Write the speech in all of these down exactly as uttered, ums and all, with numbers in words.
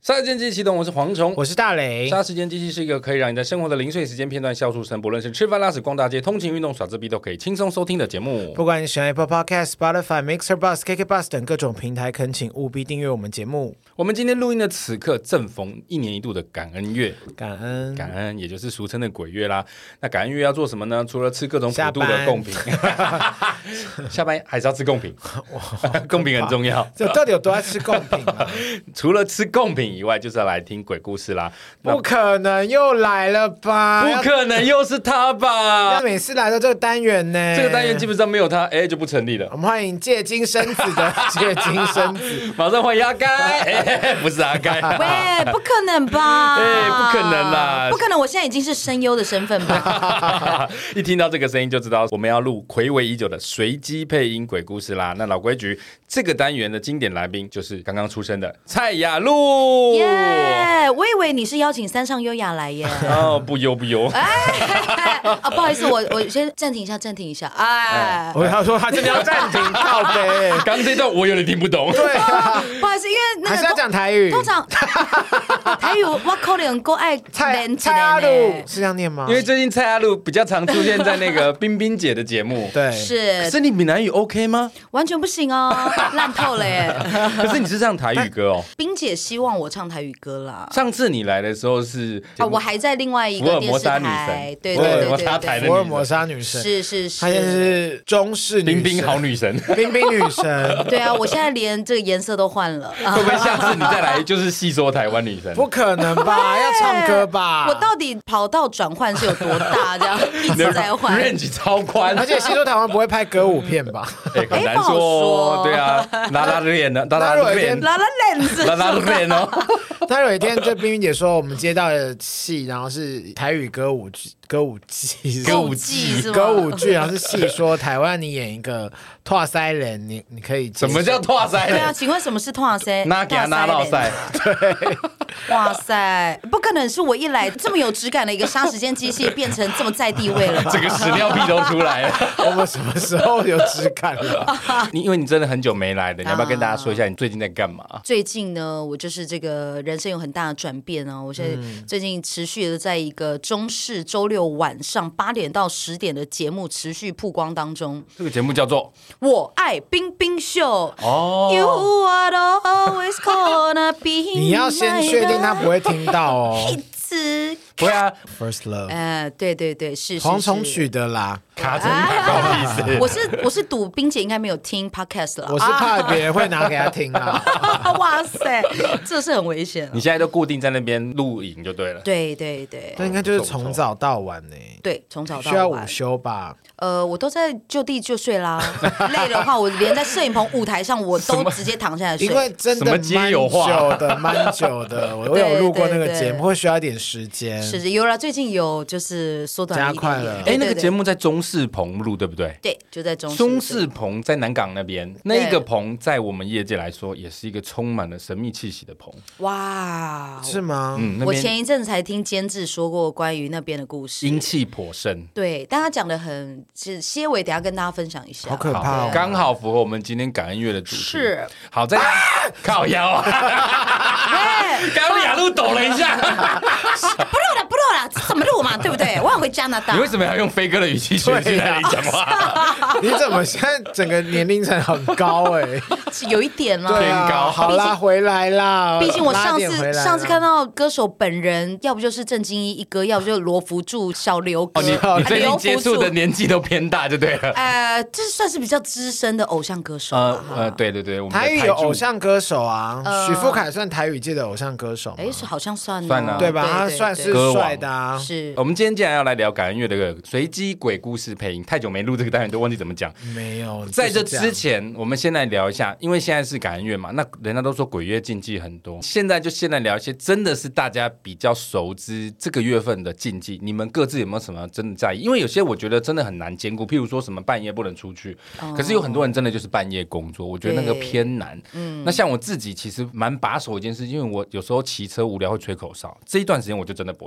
杀时间机器启动，我是蝗虫， 我是大雷。 杀时间机器是一个可以让你在生活的零碎时间片段笑出声，不论是吃饭拉屎逛大街通勤运动耍自闭都可以轻松收听的节目。 不管你喜欢 Apple Podcast、Spotify、Mixer、Bus、K K Bus 等各种平台，恳请务必订阅我们节目。 我们今天录音的此刻正逢一年一度的感恩月， 感恩感恩也就是俗称的鬼月啦。那感恩月要做什么呢？除了吃各种普渡的贡品，下班还是要吃贡品，贡品很重要。 这到底有多爱吃贡品啊？ 除了吃贡品以外，就是要来听鬼故事啦。 不可能又来了吧？ 不可能又是他吧？ 要每次来到这个单元呢？ 这个单元基本上没有他，哎，就不成立了。 我们欢迎借精生子的借精生子， 马上欢迎阿该。哎，不是阿该， 喂，不可能吧？ 哎，不可能啦， 不可能！我现在已经是声优的身份吧？ 一听到这个声音就知道我们要录睽违已久的随机配音鬼故事啦。那老规矩，这个单元的经典来宾就是刚刚出生的蔡雅露。 耶、yeah, 我以为你是邀请三上优雅来耶。 哦，不优不优。 哎，啊，不好意思，我我先暂停一下，暂停一下。哎， 我他说他真的要暂停，靠北。 刚刚这段我有点听不懂。 对啊， 不好意思，因为那个还是要讲台语。 通常台语我可能够爱蔡蔡雅露是这样念吗？ 因为最近蔡雅露比较常出现在那个冰冰姐的节目。 对， 是。 可是你闽南语 OK 吗？ 完全不行哦，烂透了耶。 可是你是唱台语歌哦。 冰姐希望我唱台语歌啦。 上次你来的时候是啊，我还在另外一个电视台，对对对对对， 福尔摩沙女神， 是是是， 她现在是中式冰冰好女神， 冰冰女神。 对啊，我现在连这个颜色都换了。 会不会下次你再来就是细说台湾女神？ 不可能吧，要唱歌吧？ 我到底跑道转换是有多大？这样一直在换 ，range 超宽。 而且细说台湾不会拍歌舞片吧？ 哎，很难说。对啊，拉拉链呢？拉拉链， 拉拉链子， 拉拉链哦。 他有一天就冰冰姐说，我们接到的戏，然后是台语歌舞剧。歌舞伎， 歌舞伎是吗？ 歌舞剧，然后是戏说台湾你演一个拓塞人，你你可以什么叫拓塞人？ 对啊，请问什么是拓塞？ 那给他拿到塞， 对， 哇塞，不可能是我一来这么有质感的一个杀时间机器变成这么在地位了吧？ 这个屎尿屁都出来了。 我们什么时候有质感了？ 你因为你真的很久没来了，你要不要跟大家说一下你最近在干嘛？ 最近呢，我就是这个人生有很大的转变哦。我现在最近持续的在一个中视周六晚上八点到十点的节目持续曝光当中。 这个节目叫做 《我爱冰冰秀》 哦。 You are always gonna be。 你要先确定他不会听到哦。 不会啊 ，First Love。 呃，对对对，是蝗虫曲的啦， 卡成不好意思。 我是我是赌冰姐应该没有听 podcast 了， 我是怕别人会拿给他听啊。 哇塞，这是很危险。 你现在都固定在那边录影就对了。 对对对， 那应该就是从早到晚呢。 对，从早到晚。 需要午休吧？ 呃，我都在就地就睡啦。累的话，我连在摄影棚舞台上我都直接躺下来睡。 因为真的蛮久的，蛮久的。我有录过那个节目，会需要一点时间。 是有啦，最近有就是缩短加快了。 哎，那个节目在中视棚录，对不对？ 对，就在中视。 中视棚在南港那边，那个棚在我们业界来说，也是一个充满了神秘气息的棚。 哇， 是吗？ 嗯， 我前一阵子才听监制说过关于那边的故事， 阴气颇盛。 对，但他讲的很是些微，等一下跟大家分享一下。 好可怕哦， 刚好符合我们今天感恩月的主题。 是， 好在靠腰啊！刚刚雅露抖了一下。 不录了，不录了，怎么录嘛？对不对？我要回加拿大。 你为什么要用飞哥的语气学去那里讲话？ 你怎么现在整个年龄层很高哎？ 有一点啦， 偏高。 好啦，回来啦。 毕竟我上次上次看到歌手本人，要不就是郑经一一哥，要不就是罗福柱、小刘哥。 哦，你你最近接触的年纪都偏大，就对了。 呃，这算是比较资深的偶像歌手。 呃呃，对对对， 台语有偶像歌手啊，许富凯算台语界的偶像歌手。 哎，好像算算啊， 对吧？他算是帅的啊。 是。 我们今天既然要来聊感恩月的随机鬼故事配音，太久没录这个单元，都忘记怎么讲。 没有， 在这之前，我们先来聊一下，因为现在是感恩月嘛，那人家都说鬼月禁忌很多，现在就先来聊一些真的是大家比较熟知这个月份的禁忌，你们各自有没有什么真的在意？因为有些我觉得真的很难兼顾，譬如说什么半夜不能出去，哦、可是有很多人真的就是半夜工作，我觉得那个偏难。嗯，那像我自己其实蛮把守一件事，因为我有时候骑车无聊会吹口哨，这一段时间我就真的不会吹，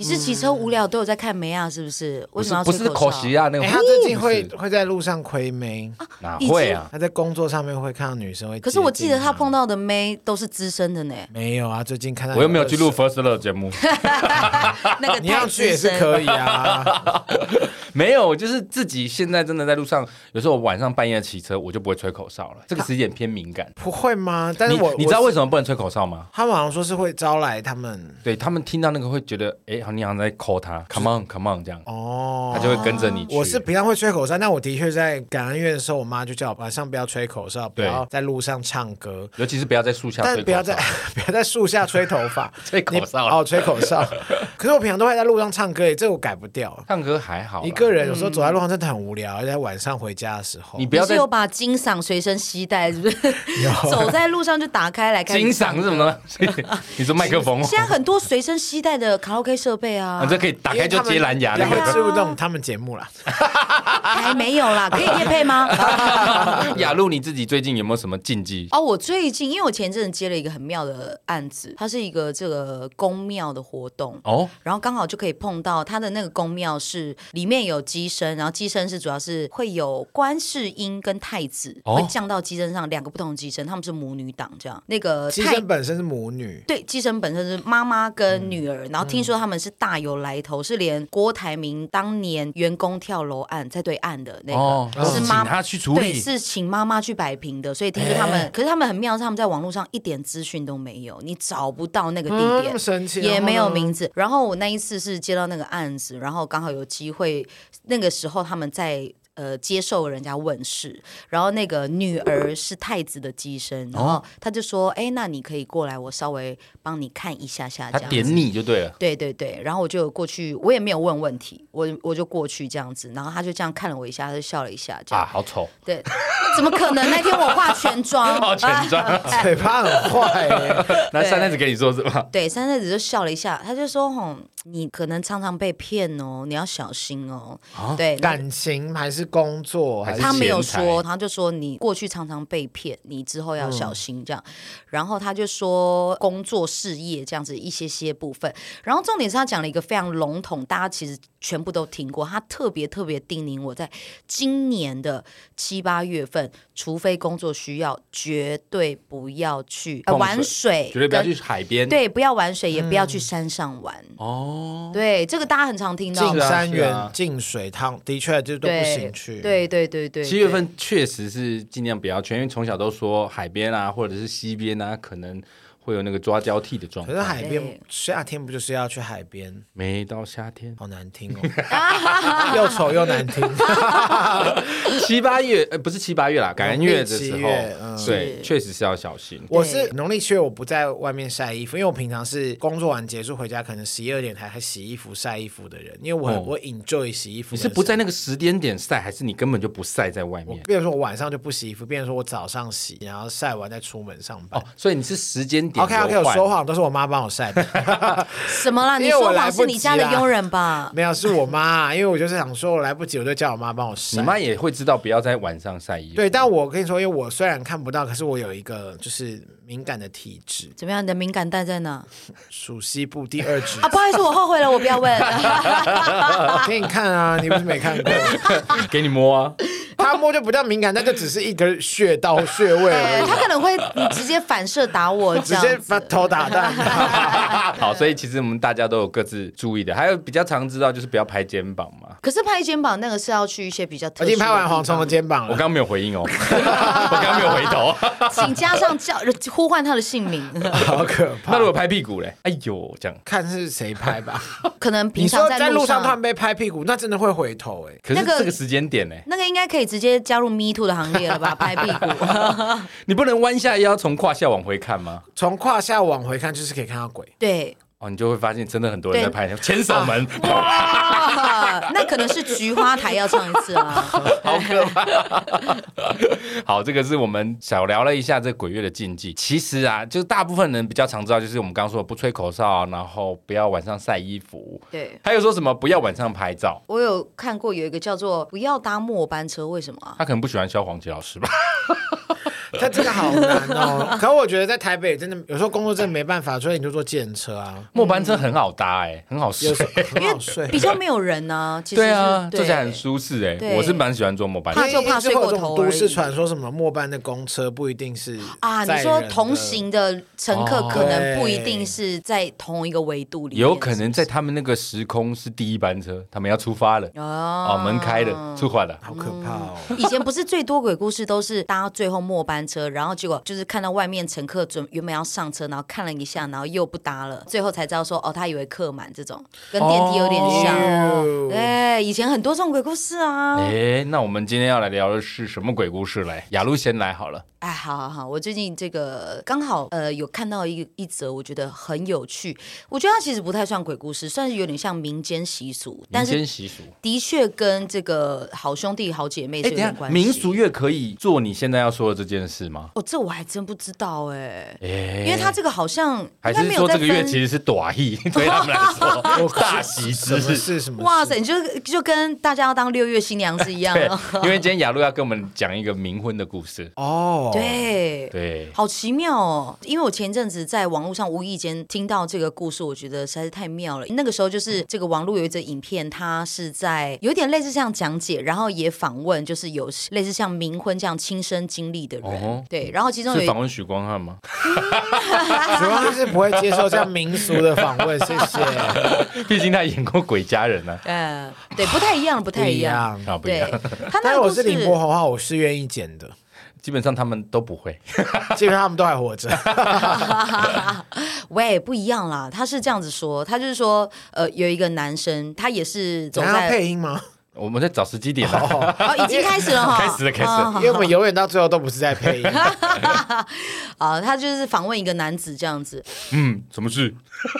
你是骑车无聊都有在看梅啊？是不是？为什么要不是口袭啊？那个、 欸、他最近会会在路上窥妹、 啊，哪会啊？ 他在工作上面会看到女生会、啊， 可是我记得他碰到的妹都是资深的呢。 没有啊，最近看到我又没有去录 First Love 节目， 那个你要去也是可以啊。 没有，就是自己现在真的在路上，有时候我晚上半夜骑车，我就不会吹口哨了。这个时间偏敏感， 不会吗？但是我你, 你知道为什么不能吹口哨吗？ 他们好像说是会招来他们， 对他们听到那个会觉得，哎，好，你好像在 call 他 ，come on come on 这样，哦，他就会跟着你去。 我是平常会吹口哨，但我的确在感恩月的时候，我妈就叫我晚上不要吹口哨，不要在路上唱歌， 尤其是不要在树下吹口哨， 但不要在不要在树下吹头发， 吹口哨哦，吹口哨。可是我平常都会在路上唱歌耶，这个我改不掉。 唱歌还好， 一个人有时候走在路上真的很无聊，而且晚上回家的时候， 你不要你是有把金嗓随身携带，是不是？走在路上就打开来看。 金嗓是什么呢？你说麦克风？ 现在很多随身携带的卡拉 OK 设备啊， 你这可以打开就接蓝牙， 那会植入动他们节目啦。 还没有啦，可以业配吗？ 雅露，你自己最近有没有什么禁忌？ 哦，我最近因为我前阵子接了一个很妙的案子，它是一个这个宫庙的活动哦，然后刚好就可以碰到它的那个宫庙是里面有机身，然后机身是主要是会有观世音跟太子、哦、会降到机身上，两个不同的机身，他们是母女档这样。那个机身本身是母女， 对，机身本身是妈妈跟女儿、嗯，然后听说他们是大有来头，是连郭台铭当年员工跳楼案在对岸的那个、哦、是妈妈他去处理， 对，是请妈妈去摆平的，所以听说他们、欸，可是他们很妙，是他们在网络上一点资讯都没有，你找不到那个地点，嗯、 那么神奇， 也没有名字。然后我那一次是接到那个案子，然后刚好有机会，那个时候他们在。呃，接受人家问世，然后那个女儿是太子的机身，然后他就说：“哎、欸，那你可以过来，我稍微帮你看一下下。”这样子， 他点你就对了。 对对对，然后我就过去，我也没有问问题，我我就过去这样子，然后他就这样看了我一下，他就笑了一下，这样啊，好丑。 对，怎么可能？那天我化全妆， 化全妆， 嘴巴很坏耶。 那三太子跟你说什么？ 对，三太子就笑了一下，他就说：“吼，你可能常常被骗哦，你要小心哦。啊”对， 感情还是工作？ 他没有说，他就说你过去常常被骗，你之后要小心这样。嗯、然后他就说工作事业这样子一些些部分。然后重点是他讲了一个非常笼统，大家其实全部都听过。他特别特别叮咛我，在今年的七八月份，除非工作需要，绝对不要去、呃、玩水， 绝对不要去海边， 对，不要玩水，也不要去山上玩。哦、嗯，对，这个大家很常听到。 进山园、进水汤，的确就都不行去。 对对对。对对对， 七月份确实是尽量不要去，因为从小都说海边啊，或者是溪边啊，可能会有那个抓交替的状况。 可是海边夏天不就是要去海边？ 每到夏天， 好难听哦，又丑又难听。 七八月，呃，不是七八月啦，感恩月的时候， 嗯、 对，确实是要小心。 我是农历七月，我不在外面晒衣服，因为我平常是工作完结束回家，可能十一二点才洗衣服、晒衣服的人，因为我、哦、我 enjoy 洗衣服。 你是不在那个时间点晒，还是你根本就不晒在外面？ 比如说我晚上就不洗衣服，比如说我早上洗，然后晒完再出门上班。 哦，所以你是时间点 ？OK OK， 我说谎都是我妈帮我晒的。 什么啦？你说谎是你家的佣人吧？ 没有，是我妈，因为我就是想说我来不及，我就叫我妈帮我晒。 你妈也会知道不要在晚上晒衣服。 对，但我跟你说，因为我虽然看不到，可是我有一个就是敏感的体质。 怎么样？你的敏感带在哪？ 属西部第二指。 啊，不好意思，我后悔了，我不要问。 给你看啊，你不是没看过？ 给你摸啊。 他摸就不叫敏感，那就只是一个穴道穴位而已。 他可能会你直接反射打我， 直接把头打断。 好，所以其实我们大家都有各自注意的，还有比较常知道就是不要拍肩膀嘛。 可是拍肩膀那个是要去一些比较特殊的地方。 我已经拍完蝗虫的肩膀了， 我刚刚没有回应哦，我刚刚没有回头， 请加上叫呼唤他的姓名。 好可怕。 那如果拍屁股嘞？哎呦，这样看是谁拍吧。 可能平常在路上突然被拍屁股，那真的会回头哎。 可是这个时间点呢？ 那个应该可以直接加入 Me Too 的行列了吧？拍屁股， 你不能弯下腰从胯下往回看吗？ 从胯下往回看就是可以看到鬼。 对。 哦，你就会发现真的很多人在拍牵手门， 哇，那可能是菊花台要唱一次啊， 好可怕。好，这个是我们小聊了一下这鬼月的禁忌。其实啊，就是大部分人比较常知道，就是我们刚刚说的不吹口哨，然后不要晚上晒衣服， 对， 还有说什么不要晚上拍照。 我有看过有一个叫做不要搭末班车，为什么啊？ 他可能不喜欢萧煌奇老师吧。 他这个好难哦。可我觉得在台北真的有时候工作真的没办法，所以你就坐计程车啊。 末班车很好搭哎、欸，很好睡， 很好睡， 比较没有人呢、啊。其实对啊， 对坐起来很舒适哎、欸。我是蛮喜欢坐末班车， 怕就怕睡过头而已。 都市传说什么末班的公车不一定是啊，你说同行的乘客可能不一定是在同一个维度里面， 有可能在他们那个时空是第一班车，他们要出发了哦，哦门开了，出发了， 好可怕哦！ 以前不是最多鬼故事都是搭最后末班车，然后结果就是看到外面乘客准原本要上车，然后看了一下，然后又不搭了，最后才知道说哦，他以为客满，这种跟电梯有点像。哦、对，以前很多这种鬼故事啊。 哎，那我们今天要来聊的是什么鬼故事嘞？雅露先来好了。 哎，好好好，我最近这个刚好呃有看到一一则，我觉得很有趣。我觉得它其实不太算鬼故事，算是有点像民间习俗，但是民间习俗的确跟这个好兄弟好姐妹是有点关系。 民俗乐可以做你现在要说的这件事吗？ 哦，这我还真不知道哎、欸，因为他这个好像还是说这个乐其实是短义，对他们来说大喜之日是什么？ 哇塞，你就就跟大家要当六月新娘是一样的。 因为今天雅露要跟我们讲一个冥婚的故事哦。 对对， 好奇妙哦！因为我前阵子在网络上无意间听到这个故事，我觉得实在是太妙了。那个时候就是这个网络有一则影片，它是在有点类似像讲解，然后也访问，就是有类似像冥婚这样亲身经历的人。哦、对，然后其中有是访问许光汉吗？ 许光汉是不会接受这样民俗的访问，谢谢。 毕竟他演过《鬼家人》啊。 呃，对，不太一样，不太一样， 啊，不一样。 他但是我是林柏宏的话，我是愿意剪的。 基本上他们都不会， 基本上他们都还活着。 喂，不一样啦，他是这样子说，他就是说，呃，有一个男生，他也是走在配音吗？ 我们在找时机点了， 哦，哦已经开始了哈， 开始了，开始了， 因为我们永远到最后都不是在配音。 啊，他就是访问一个男子这样子。 嗯，什么事？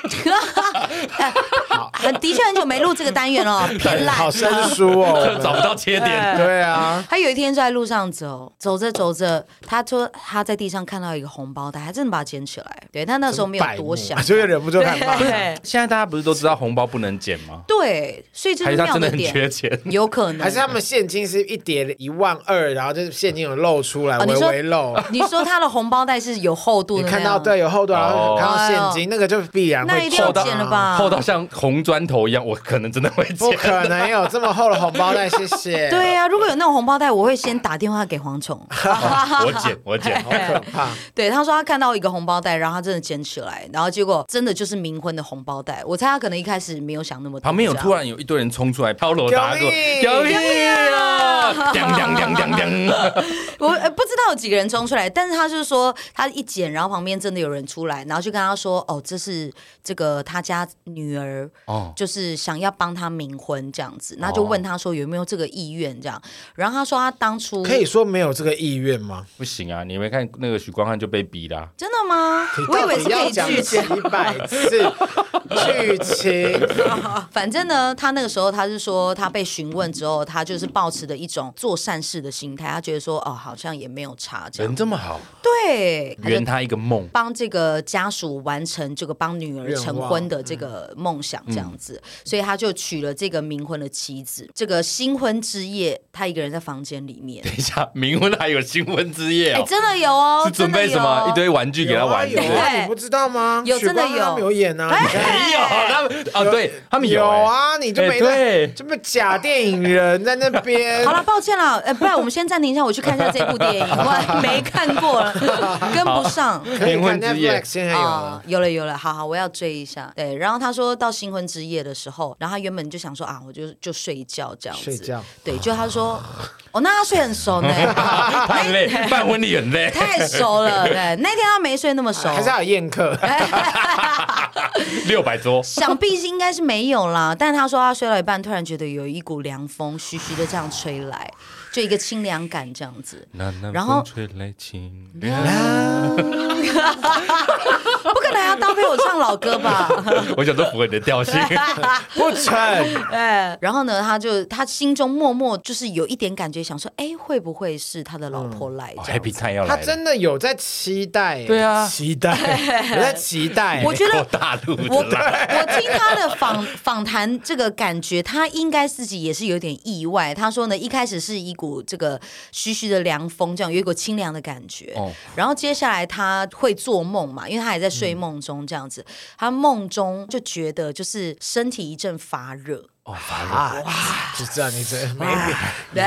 很的确很久没录这个单元了，偏烂， 好生疏哦， 找不到切点。 对啊， 他有一天在路上走，走着走着，他说他在地上看到一个红包袋，还真的把它捡起来。对他那时候没有多想， 就忍不住看到。 对， 现在大家不是都知道红包不能捡吗？ 对，所以这是妙的点。 还是他真的很缺钱？ 有可能， 还是他们现金是一叠一万二，然后就是现金有露出来，微微露。 你说他的红包袋是有厚度的， 你看到对有厚度，然后看到现金，那个就必然会厚到了吧？ 厚到像红砖头一样，我可能真的会捡。 不可能有这么厚的红包袋，谢谢。 对啊，如果有那种红包袋，我会先打电话给蝗虫。 我捡，我捡， 好可怕。 对，他说他看到一个红包袋，然后他真的捡起来，然后结果真的就是冥婚的红包袋。我猜他可能一开始没有想那么多。 旁边有突然有一堆人冲出来敲锣打鼓，救命啊！当当当当当。 我不知道有几个人冲出来，但是他就是说他一捡，然后旁边真的有人出来，然后就跟他说：“哦，这是这个他家女儿，哦，就是想要帮他冥婚这样子。”那就问他说有没有这个意愿这样。然后他说他当初可以说没有这个意愿吗？ 不行啊，你没看那个许光汉就被逼啦。 真的吗？我以为是可以剧情一百次剧情。 反正呢，他那个时候他是说他被询问之后，他就是抱持的一种做善事的心态，他觉得说哦，好像也没有差这样。 人这么好， 对， 圆他一个梦， 帮这个家属完成这个帮女儿成婚的这个梦想这样子，嗯、所以他就娶了这个冥婚的妻子。这个新婚之夜，他一个人在房间里面。 等一下，冥婚还有新婚之夜哦？ 哎，真的有哦， 是准备什么一堆玩具给他玩？ 有啊，你不知道吗？ 有真的有， 他们有演啊， 没有他们哦，对他们有啊，你就没对，这么假电影人在那边。 好了，抱歉了，呃，不然我们先暂停一下，我去看一下这部电影，我还没看过了，跟不上。 冥婚之夜现在有了， 有了有了，好好，我要追一下。对，然后他说到新婚之夜的时候，然后他原本就想说啊，我就就睡觉这样子， 睡觉。 对，就他说，哦，那他睡很熟呢， 太累，办婚礼很累， 太熟了。对，那天他没睡那么熟， 还是要有宴客， 六百桌， 想必应该是没有啦。但他说他睡到一半，突然觉得有一股凉风徐徐的这样吹来。就一个清凉感这样子，然后吹来清凉， 不可能还要搭配我唱老歌吧？ 我想都符合你的调性， 不成。 哎，然后呢，他就他心中默默就是有一点感觉，想说，哎，会不会是他的老婆来 ？Happy Time要来， 他真的有在期待， 对啊， 期待，有在期待。 我觉得大陆的我我听他的访访谈这个感觉，他应该自己也是有点意外。他说呢，一开始是一股这个徐徐的凉凉风，这样有一股清凉的感觉。哦、然后接下来他会做梦嘛，因为他还在睡梦中这样子，嗯、他梦中就觉得就是身体一阵发热。 哦，发热哇！ 就知道你这没对，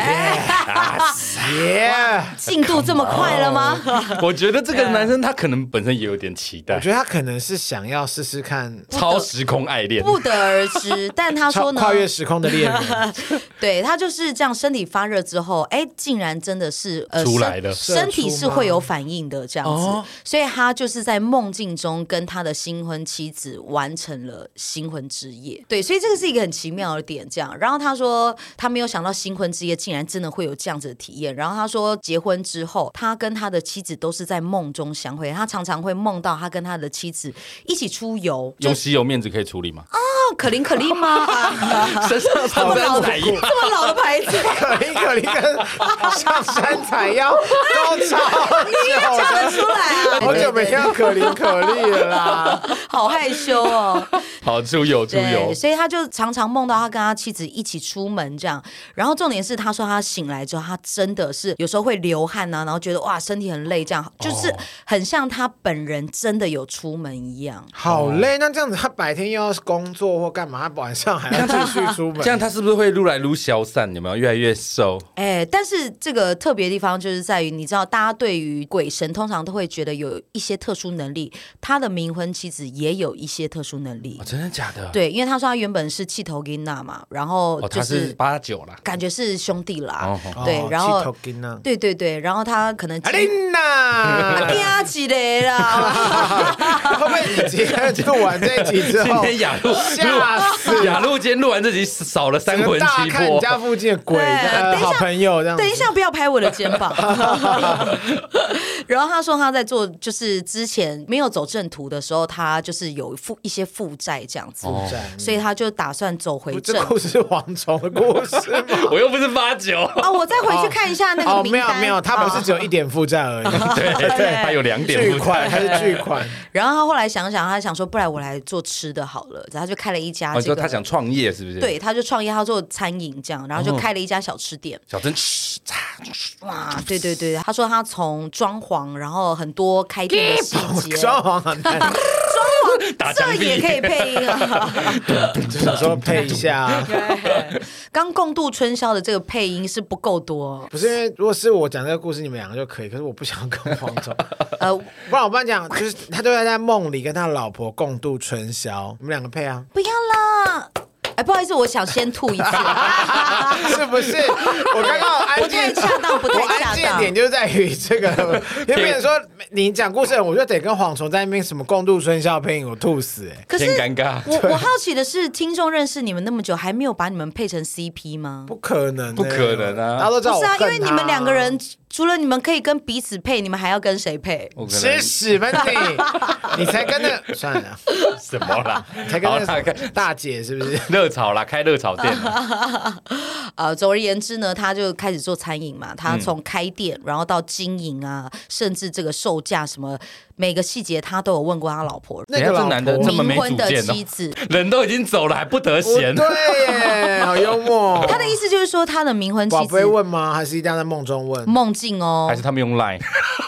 耶， 进度这么快了吗？ 我觉得这个男生他可能本身也有点期待， 我觉得他可能是想要试试看超时空爱恋， 不得而知。但他说呢， 跨越时空的恋人， 对他就是这样，身体发热之后，哎，竟然真的是呃出来了， 身体是会有反应的这样子，哦、所以他就是在梦境中跟他的新婚妻子完成了新婚之夜。对，所以这个是一个很奇妙的点，这样。然后他说他没有想到新婚之夜竟然真的会有这样子的体验。然后他说结婚之后，他跟他的妻子都是在梦中相会，他常常会梦到他跟他的妻子一起出游。 用吸油面纸可以处理吗？ 哦，可伶可俐吗？ 身上这么老的这么老的牌子， 可伶可俐跟上山采药都超久， 你也唱得出来啊？ 好久没看到可伶可俐了啦， 好害羞哦。 好，出游出游， 所以他就常常梦到他跟他妻子一起出门这样。然后重点是他说他醒来之后，他真的是有时候会流汗啊，然后觉得哇身体很累，这样就是很像他本人真的有出门一样。 好累，那这样子他白天又要工作或干嘛，他晚上还要继续出门， 这样他是不是会撸来撸消散？有没有越来越瘦？ 哎，但是这个特别的地方就是在于，你知道，大家对于鬼神通常都会觉得有一些特殊能力，他的冥婚妻子也有一些特殊能力。 哦，真的假的？ 对，因为他说他原本是气头金娜嘛，然后就是、哦、他是八九啦， 感觉是兄弟啦， 哦、 对，然后气头金娜， 对对对，然后他可能阿琳娜， 惊起来啦， 会不会你今天录完这一集之后， 今天雅露吓死雅露今天录完这集少了三魂七魄， 看你家附近的鬼的好朋友这样， 等一下不要拍我的肩膀。然后他说他在做就是之前没有走正途的时候，他就是有负一些负债这样子， 负债， 所以他就打算走回正。 这故事是蝗虫的故事吗？ 我又不是八九哦，我再回去看一下那个名单。 哦，没有没有，他不是只有一点负债而已， 对对，他有两点巨款，他是巨款。 然后他后来想想，他想说，不然我来做吃的好了，然后就开了一家。 你说他想创业是不是？ 对，他就创业，他做餐饮这样，然后就开了一家小吃店。 小珍， 哇，对对对，他说他从装潢，然后很多开店的细节， 装潢很难，装潢这也可以配音啊， 就想说配一下。 刚共度春宵的这个配音是不够多， 不是因为如果是我讲这个故事，你们两个就可以，可是我不想跟黄总，呃，不然我帮你讲，就是他就会在梦里跟他老婆共度春宵，你们两个配啊？ 不要啦。哎，不好意思，我想先吐一次， 是不是？我刚刚安不太恰当，不太恰当。 安静点就在于这个，因为变成说你讲故事，我就得跟蝗虫在那边什么共度春宵配音，我吐死哎、 欸， 偏尴尬。 我我好奇的是，听众认识你们那么久，还没有把你们配成 C P 吗？ 不可能、欸， 不可能啊！ 大家都知道我不是啊，因为你们两个人。除了你们可以跟彼此配，你们还要跟谁配？ 吃屎吧你！你才跟那个算了， 什么啦？ 才跟那个大姐是不是？ 热炒啦，开热炒店。 呃，总而言之呢，他就开始做餐饮嘛。他从开店，然后到经营啊，甚至这个售价什么。每个细节他都有问过他老婆， 那个这男的这么没主见、哦、 冥婚的妻子， 人都已经走了还不得闲， 对耶，好幽默。 他的意思就是说，他的冥婚妻子， 宝贝问吗？还是一定要在梦中问？ 梦境哦， 还是他们用 Line？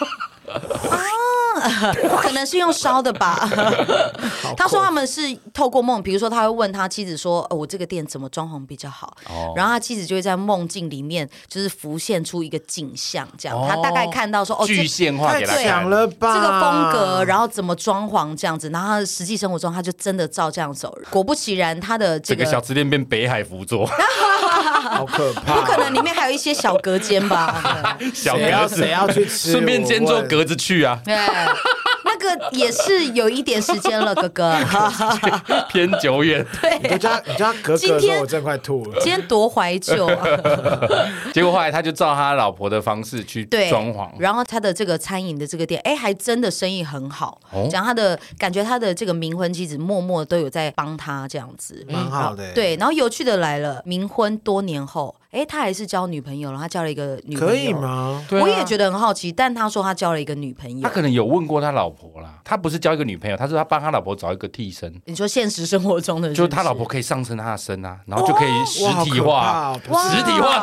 可能是用烧的吧。他说他们是透过梦，比如说他会问他妻子说、哦、我这个店怎么装潢比较好、哦、然后他妻子就会在梦境里面就是浮现出一个景象这样、哦、他大概看到说哦具现化给他看了吧这个风格，然后怎么装潢这样子，然后他实际生活中他就真的照这样走，果不其然他的这个、 这个小吃店变北海福座好可怕， 不可能里面还有一些小隔间吧小格子谁要去吃顺便兼做格子去啊对那个也是有一点时间了，哥哥， 偏久远。 对， 你叫你叫哥哥的时候，我真快吐了。 今天多怀旧、啊。 结果后来他就照他老婆的方式去装潢， 然后他的这个餐饮的这个店，哎，还真的生意很好。讲、哦、他的感觉，他的这个冥婚妻子默默都有在帮他这样子， 蛮好的。 对，然后有趣的来了，冥婚多年后。哎，他还是交女朋友了，他交了一个女朋友， 可以吗？ 我也觉得很好奇，但他说他交了一个女朋友， 他可能有问过他老婆啦，他不是交一个女朋友，他是他帮他老婆找一个替身。 你说现实生活中的是不是， 就是他老婆可以上升他的身啊，然后就可以实体化， 哇实体化的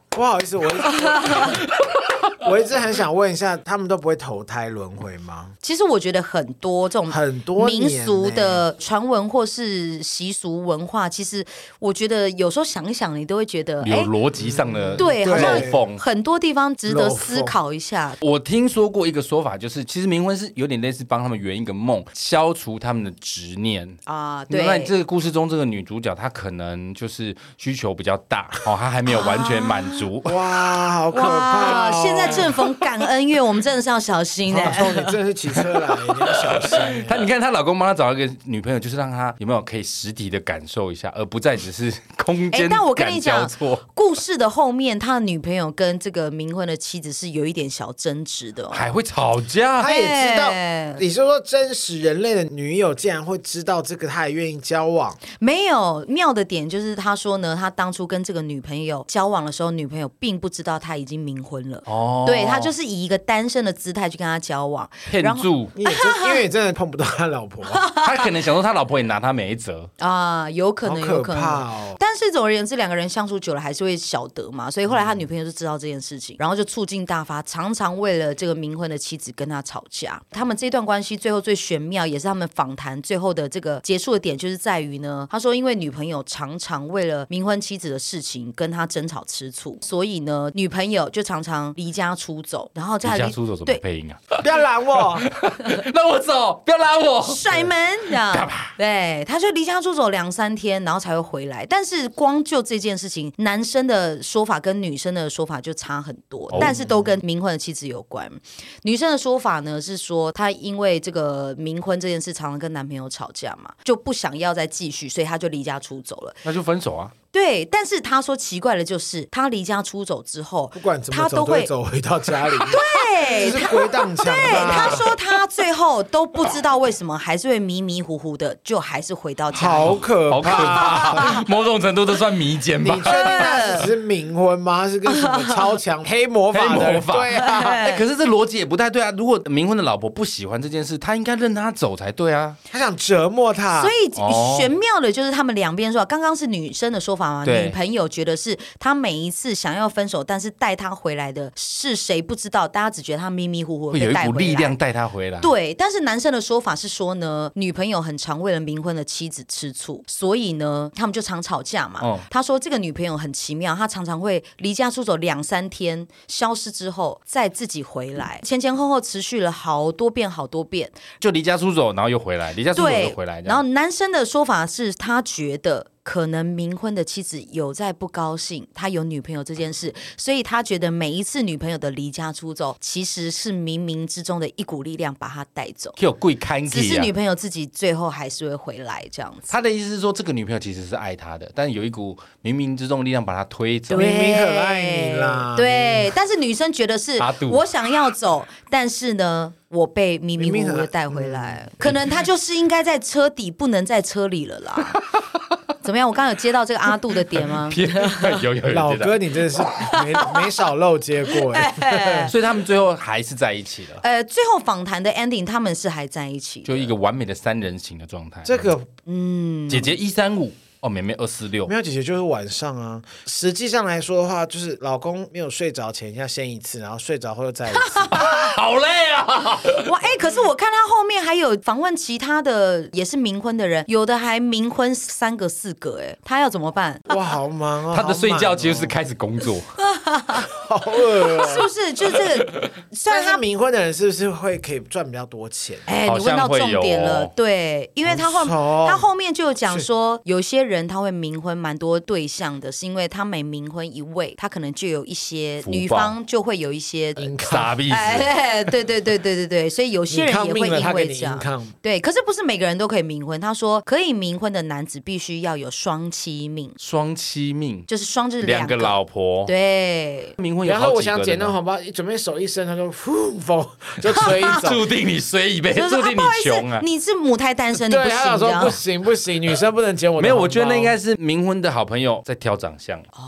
不好意思，我一直我一直很想问一下，他们都不会投胎轮回吗？ 其实我觉得很多这种很多民俗的传闻或是习俗文化，其实我觉得有时候想一想，你都会觉得有逻辑上的对，好像缝， 很多地方值得思考一下。 我听说过一个说法，就是其实冥婚是有点类似帮他们圆一个梦，消除他们的执念啊。对， 那这个故事中这个女主角她可能就是需求比较大，哦，她还没有完全满足。 啊、哇，好可怕、哦！ 现在正逢感恩月，我们真的是要小心哎、 欸。你真的是骑车来，你要小心、欸。 她，你看她老公帮她找一个女朋友，就是让她有没有可以实体的感受一下，而不再只是空间感交错。但我跟你讲， 故事的后面，他的女朋友跟这个冥婚的妻子是有一点小争执的、哦， 还会吵架。 他也知道，你说说真实人类的女友竟然会知道这个，他也愿意交往。 没有妙的点就是他说呢，他当初跟这个女朋友交往的时候，女朋友并不知道他已经冥婚了。哦，对，他就是以一个单身的姿态去跟他交往， 骗住。 你也因为你真的碰不到他老婆， 他可能想说他老婆也拿他没辙啊，有可能，有可能。 哦、 但是总而言之，两个人相处久了还是会晓得嘛，所以后来他女朋友就知道这件事情，然后就醋劲大发，常常为了这个冥婚的妻子跟他吵架。他们这段关系最后最玄妙，也是他们访谈最后的这个结束的点，就是在于呢，他说因为女朋友常常为了冥婚妻子的事情跟他争吵吃醋，所以呢，女朋友就常常离家出走，然后在离家出走怎么配音啊？ 不要拦我， 让我走，不要拦我， 甩门这样。对，他就离家出走两三天，然后才会回来。但是光就这件事情，男生的说法跟女生的说法就差很多，哦、但是都跟冥婚的妻子有关。女生的说法呢是说，她因为这个冥婚这件事，常常跟男朋友吵架嘛，就不想要再继续，所以她就离家出走了。 那就分手啊。 对，但是他说奇怪的就是，他离家出走之后， 不管怎么走，他都会走回到家里。 对， 这是鬼挡墙。 对，他说他最后都不知道为什么，还是会迷迷糊糊的，就还是回到家里。 好可怕， 好可怕，某种程度都算迷奸吧。 你确定他只是冥婚吗？是跟什么超强黑魔法的人？对啊、 欸，可是这逻辑也不太对啊。如果冥婚的老婆不喜欢这件事，他应该任他走才对啊。 他想折磨他， 所以玄妙的就是他们两边说，刚刚是女生的说法嘛，女朋友觉得是他每一次想要分手，但是带他回来的是谁不知道，大家只觉得他迷迷糊糊被带回来， 有一股力量带他回来。 对，但是男生的说法是说呢，女朋友很常为了冥婚的妻子吃醋，所以呢，他们就常吵架嘛。哦、他说这个女朋友很奇妙，她常常会离家出走两三天，消失之后再自己回来，前前后后持续了好多遍好多遍， 就离家出走，然后又回来，离家出走又回来。 然后男生的说法是他觉得可能冥婚的妻子有在不高兴他有女朋友这件事，所以他觉得每一次女朋友的离家出走其实是冥冥之中的一股力量把他带走，只是女朋友自己最后还是会回来这样子。 他的意思是说这个女朋友其实是爱他的，但有一股冥冥之中的力量把他推走。 明明很爱你啦， 对，但是女生觉得是我想要走，但是呢我被迷迷糊糊的带回来，嗯、可能他就是应该在车底，不能在车里了啦。怎么样？我刚刚有接到这个阿杜的点吗？ 有有有， 老哥你真的是没没少漏接过哎。 所以他们最后还是在一起了。 呃，最后访谈的 ending 他们是还在一起， 就一个完美的三人行的状态。 这个嗯， 姐姐一三五。哦，妹妹二四六， 没有姐姐就是晚上啊。实际上来说的话，就是老公没有睡着前要先一次，然后睡着后又再一次， 好累啊！ 哇，哎、欸，可是我看他后面还有访问其他的也是冥婚的人，有的还冥婚三个四个，哎，他要怎么办？ 哇，好忙哦！ 他的睡觉其实是开始工作， 好饿、哦， 是不是？就是这个，虽然他冥婚的人是不是会可以赚比较多钱？ 哎、欸，你问到重点了，哦、对，因为他后他后面就有讲说，有些人他会冥婚蛮多对象的，是因为他每冥婚一位，他可能就有一些女方就会有一些傻逼子， 哎，对对对对对对，所以有些人也会因为这样，对，可是不是每个人都可以冥婚。他说可以冥婚的男子必须要有双妻命， 双妻命就是双就是两个老婆， 对， 冥婚有好几个。 然后我想捡那红包，一准备手一伸，他就呼风就吹走， 注定你衰一辈子，注定你穷啊！ 你是母胎单身，你不行， 他说不行不行，女生不能捡我的红包。 没有，我觉得那应该是冥婚的好朋友在挑长相哦。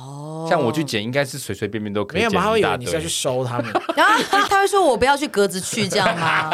像我去剪，应该是随随便便都可以剪一大堆。 没有嘛，他会以为你是要去收他们。 然后他会说：“我不要去格子去这样吗？”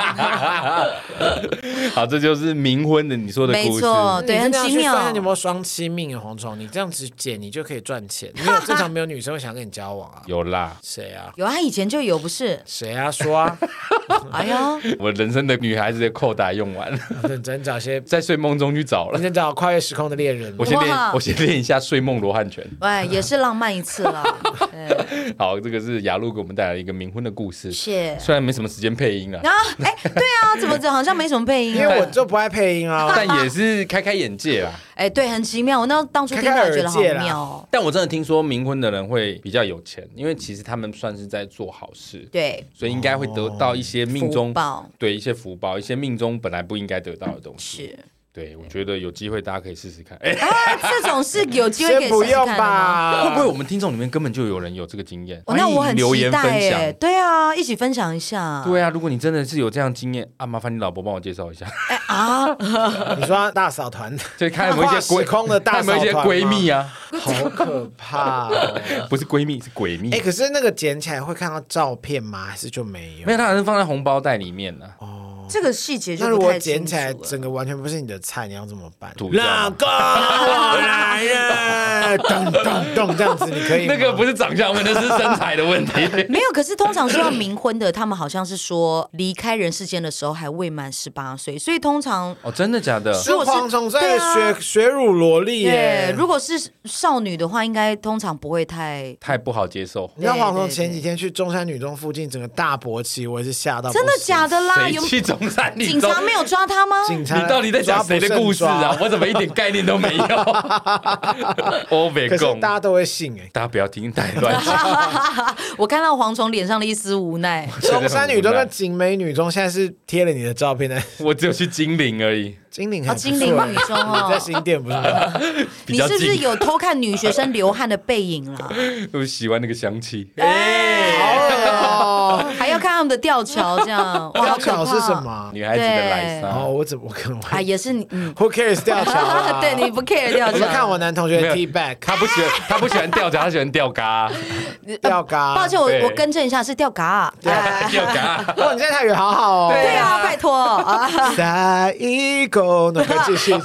好，这就是冥婚的你说的故事。 没错，对，很奇妙。 看你有没有双妻命啊，蝗虫？你这样子剪，你就可以赚钱。没有正常没有女生会想跟你交往啊。 有啦， 谁啊？ 有啊，以前就有，不是？ 谁啊？说啊！ 哎呀， 我人生的女孩子的扣打用完了， 认真找些在睡梦中去找了。 认真找跨越时空的恋人。 我先练，我先练一下睡梦罗汉拳。 哎，也是浪漫一次了。 好，这个是雅露给我们带来一个冥婚的故事。 是， 虽然没什么时间配音啊。 啊，哎，对啊，怎么好像没什么配音？ 因为我就不爱配音啊。 但也是开开眼界啦。 哎，对，很奇妙。我那当初听到觉得好妙哦。 但我真的听说冥婚的人会比较有钱，因为其实他们算是在做好事， 对， 所以应该会得到一些命中福报， 对一些福报，一些命中本来不应该得到的东西。 是。 对，我觉得有机会大家可以试试看。哎、 啊，这种是有机会可以试试看的吗？ 先不用吧？ 会不会我们听众里面根本就有人有这个经验？ 哦，那我很留言分享。 对啊，一起分享一下。 对啊，如果你真的是有这样经验啊，麻烦你老婆帮我介绍一下。 哎啊， 你说大嫂团， 就看有没有一些时空的大嫂团， 有没有一些闺蜜啊？ 好可怕哦！ 不是闺蜜，是鬼蜜。 哎，可是那个捡起来会看到照片吗？还是就没有？ 没有，它好像放在红包袋里面呢。 哦。 这个细节就那如果捡起来整个完全不是你的菜，你要怎么办？ 老公我来了，咚咚咚这样子，你可以吗？ 那个不是长相问题，那是身材的问题。 没有，可是通常说要冥婚的，他们好像是说离开人世间的时候还未满十八岁，所以通常哦，真的假的？ 是蝗虫在学学乳萝莉耶。 如果是少女的话，应该通常不会太太不好接受。 你知道蝗虫前几天去中山女中附近整个大勃起，我也是吓到。 真的假的啦？ 有去中山女中？ 警察没有抓他吗？ 警察， 你到底在讲谁的故事啊？我怎么一点概念都没有？我没可是大家都会信哎， 大家不要听太乱讲。 我看到蝗虫脸上的一丝无奈。 中山女中跟景美女中现在是贴了你的照片的， 我只有去金陵而已。 金陵还不错， 金陵女中哦， 你在新店不是吗？ 你是不是有偷看女学生流汗的背影啦？ 我喜欢那个香气。 哎，好恶，还要看他们的吊桥，这样。 吊桥是什么？ 女孩子的来莎。 哦，我怎么我可能啊，也是你，嗯 ，Who cares 吊桥？ 对，你不 care 吊桥。 我看我男同学 T back， 他不喜欢，他不喜欢吊桥，他喜欢吊嘎。 吊嘎。 抱歉，我我更正一下，是吊嘎。 吊嘎。 哇，你现在台语好好哦。 对啊，拜托。 下一个那个继续。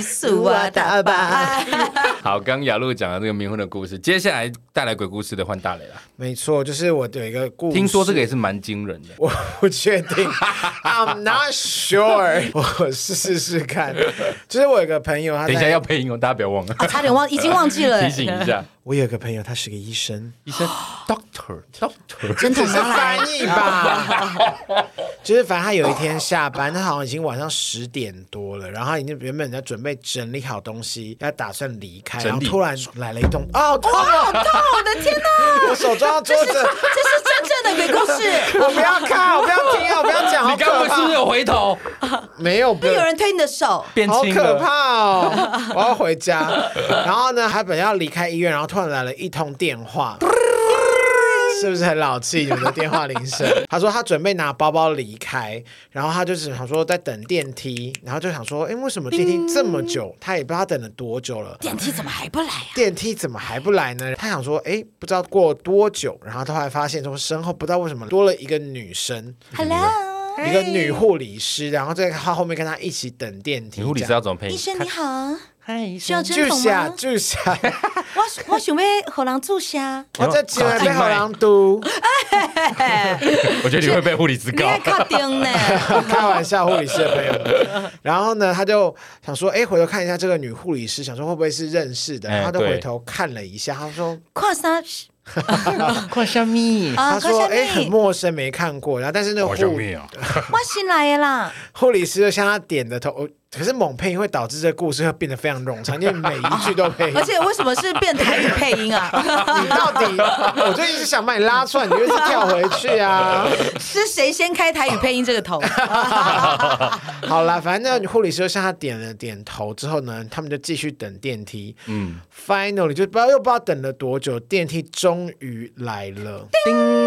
好，刚刚雅露讲的这个冥婚的故事，接下来带来鬼故事的换大雷了。 没错，就是我有一个故事， 听说这个也是蛮惊人的。 我不确定，I'm not sure， 我试试试看。就是我有个朋友，他等一下要配音哦，大家不要忘了。 啊，差点忘，已经忘记了。 提醒一下， 我有个朋友，他是个医生， 医生 ，doctor doctor， 真的是翻译吧？就是反正他有一天下班，他好像已经晚上十点多了，然后他已经原本在准备整理好东西，要打算离开，然后突然来了一栋，哦，痛， 好痛！我的天哪！ 我手抓桌子，这是真正的鬼故事。 我不要看，我不要听，我不要讲。 你刚刚是不是有回头？ 没有， 有人推你的手， 好可怕哦！我要回家。然后呢，他本来要离开医院，然后突然来了一通电话。是不是很老气？你们的电话铃声。他说他准备拿包包离开，然后他就是想说在等电梯，然后就想说，哎，为什么电梯这么久？他也不知道他等了多久了。 电梯怎么还不来啊？ 电梯怎么还不来呢？他想说，哎，不知道过多久，然后他还发现说身后不知道为什么多了一个女生 ，Hello， 一个女护理师，然后在他后面跟他一起等电梯。 女护理师要怎么配音？ 医生你好。 嗨， 需要针筒吗？ 注下， 我我想要给人注下， 我在进来被给人读。 我觉得你会被护理师告。 你确定呢？ 开玩笑，护理师的朋友们。然后呢，他就想说，哎，回头看一下这个女护理师，想说会不会是认识的？然后他就回头看了一下，他说：“ 跨啥？ 跨虾米？” 他说：“哎，很陌生，没看过。”然后，但是那个护， 我新来的啦。 护理师就向他点的头。可是猛配音会导致这个故事会变得非常冗长，因为每一句都配音。 而且为什么是变台语配音啊？ 你到底，我就一直想把你拉出来，你就一直跳回去啊！ 是谁先开台语配音这个头？ 好啦，反正那护理师就向他点了点头之后呢，他们就继续等电梯。嗯 ，finally 就不知道又不知道等了多久，电梯终于来了。叮。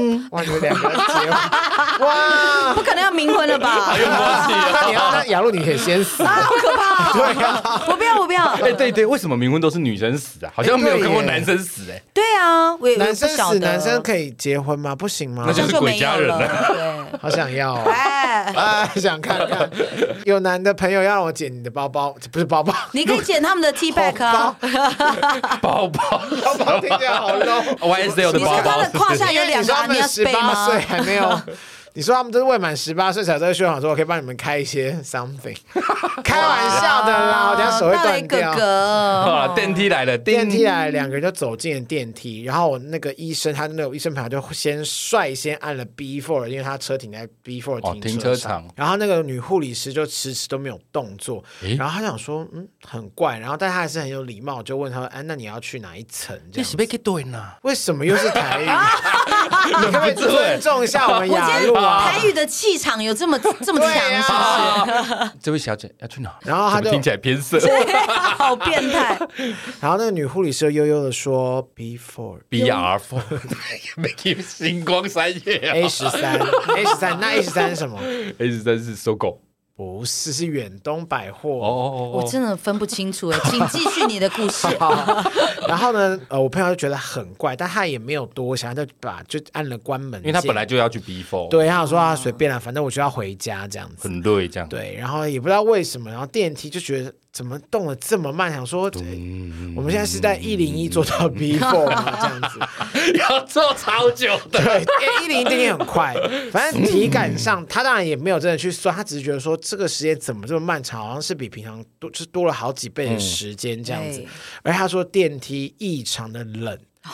叮， 哇，你们两个结婚，哇， 不可能要冥婚了吧？ 有默契那你要那雅露，你可以先死。 啊，好可怕、哦！ 对啊， 我不要，我不要。 哎，对对，为什么冥婚都是女生死啊？好像没有看过男生死哎。 对啊，我也男生死， 不晓得男生可以结婚吗？不行吗？ 那就是鬼家人了。 对， 好想要哦， 哎， 啊，想看看。有男的朋友要让我捡你的包包，不是包包， 你可以捡他们的 T back 啊。 包包， 包包听起来好 low。 Y S L 的你说包包他的胯下有两个，你要十背吗？ 八岁还没有。你说他们都是未满十八岁才在学长说，我可以帮你们开一些 something， 开玩笑的啦，我等下手会断掉。 哥哥， 好了，电梯来了， 电梯来了，两个人就走进了电梯，然后我那个医生，他那个医生朋友就先率先按了 B 四，因为他车停在 B 四 停停车场， 然后那个女护理师就迟迟都没有动作，然后他想说，嗯，很怪，然后但他还是很有礼貌，就问他说，哎，那你要去哪一层？这样子为什么又是台语？你可不可以尊重一下我们雅露啊？ 台语的气场有这么这么强，是不是？ 这位小姐要去哪？ 然后他就听起来偏色， 好变态。 然后那个女护理师悠悠的说 ：“B four B R four， 没给星光三月 A 十三 A 十三，那 A 十三是什么 ？A 十三是搜狗。” 不是，是远东百货哦， 我真的分不清楚哎，请继续你的故事。 然后呢，呃，我朋友就觉得很怪，但他也没有多想，他就把就按了关门键， 因为他本来就要去 B 四， 对，他说啊随便啦，反正我就要回家这样子， 很累这样。 对，然后也不知道为什么，然后电梯就觉得怎么动得这么慢，想说、嗯、我们现在是在一零一做到 B 四 吗？这样子要做超久的， 对，一零一电梯很快，反正体感上他当然也没有真的去算，他只是觉得说这个时间怎么这么漫长，好像是比平常多就是多了好几倍的时间这样子，嗯、而他说电梯异常的冷。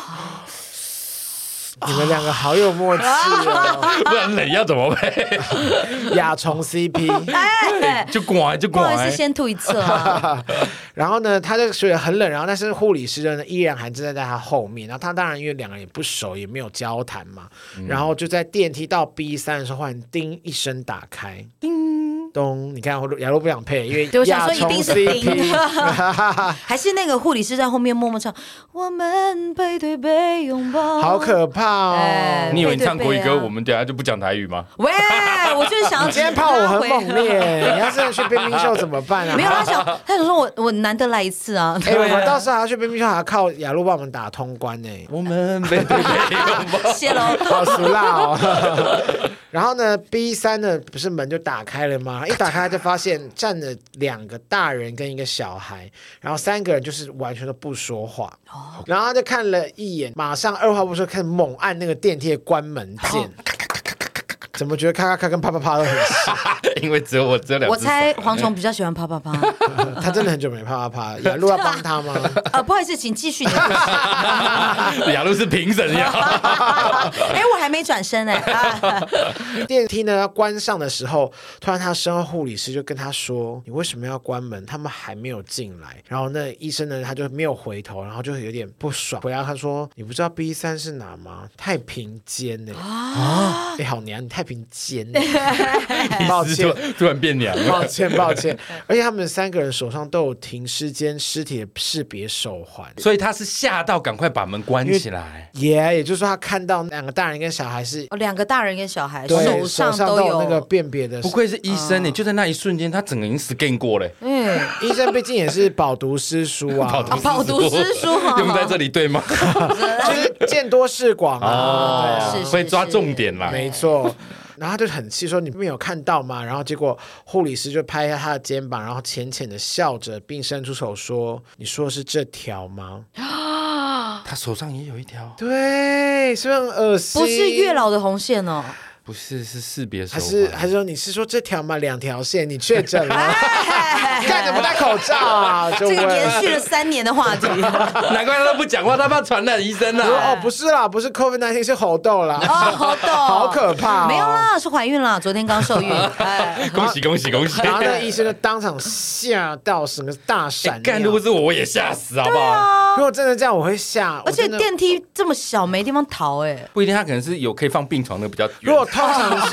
你们两个好有默契哦， 不然冷要怎么配？ 亚虫 C P， 哎， 就乖就乖， 不好意思，先吐一次啊。 然后呢，他就觉得很冷，然后但是护理师呢依然还站在他后面，然后他当然因为两个人也不熟，也没有交谈嘛，嗯、然后就在电梯到 B 三的时候，忽然叮一声打开，叮。咚！你看雅露不想配，因为亚虫 C P， 还是那个护理师在后面默默唱“我们背对背拥抱”， 好可怕哦！ 哎、 你以为你唱国语歌，我们等下就不讲台语吗？ 喂，我就是想要今天怕我很猛烈，你要真的去冰冰秀怎么办啊？ 没有，他想他想说我我难得来一次啊！ 哎、欸，我们到时候还要去冰冰秀，还要靠雅露帮我们打通关呢、欸。 我们背对背拥抱， 谢喽， 好俗辣哦！然后呢 ，B 三呢不是门就打开了吗？一打开就发现站了两个大人跟一个小孩，然后三个人就是完全都不说话。哦、然后他就看了一眼，马上二话不说开始猛按那个电梯的关门键。哦怎么觉得咔咔咔跟啪啪啪都很像？ 因为只有我这两。 我猜蝗虫比较喜欢啪啪啪， 他真的很久没啪啪啪。雅露要帮他吗？ 呃，不好意思，请继续你的故事。 雅露是评审呀。 哎，我还没转身哎。 电梯呢要关上的时候，突然他身后护理师就跟他说：“你为什么要关门？他们还没有进来。”然后那医生呢，他就没有回头，然后就有点不爽。回来他说：“你不知道 B 三是哪吗？太平间呢。”啊，哎，好娘，你太。平间，抱歉， 突然变娘了， 抱歉，抱歉。而且他们三个人手上都有停尸间尸体的识别手环， 所以他是吓到赶快把门关起来。 也、yeah, 也就是说，他看到两个大人跟小孩是哦，两个大人跟小孩手上都有那个辨别的。 不愧是医生呢、欸，就在那一瞬间，他整个已经 scan 过了、欸。嗯， 医生毕竟也是饱读诗书啊， 饱读诗书用在这里对吗？ 就是见多识广啊， 哦、 对啊，会抓重点啦， 没错。然后他就很气说你没有看到吗？然后结果护理师就拍一下他的肩膀，然后浅浅的笑着，并伸出手说：“你说的是这条吗？” 他手上也有一条， 对，是不是很恶心？ 不是月老的红线哦。 不是，是识别手环， 还是还是说你是说这条吗？两条线，你确诊了？干怎么戴口罩啊？就这个延续了三年的话题， 难怪他都不讲话，他怕传染医生啊。 哦，不是啦，不是 COVID 十九，是猴痘啦。 哦，猴痘， 好可怕、哦。 没有啦，是怀孕啦，昨天刚受孕。 恭喜恭喜恭喜！ 然后那个医生就当场吓到，整个大闪。 干、欸，如果是我，我也吓死，好不好？ 啊、 如果真的这样，我会吓。 而且电梯这么小，没地方逃、欸，哎， 不一定，他可能是有可以放病床的比较远。 如果通常是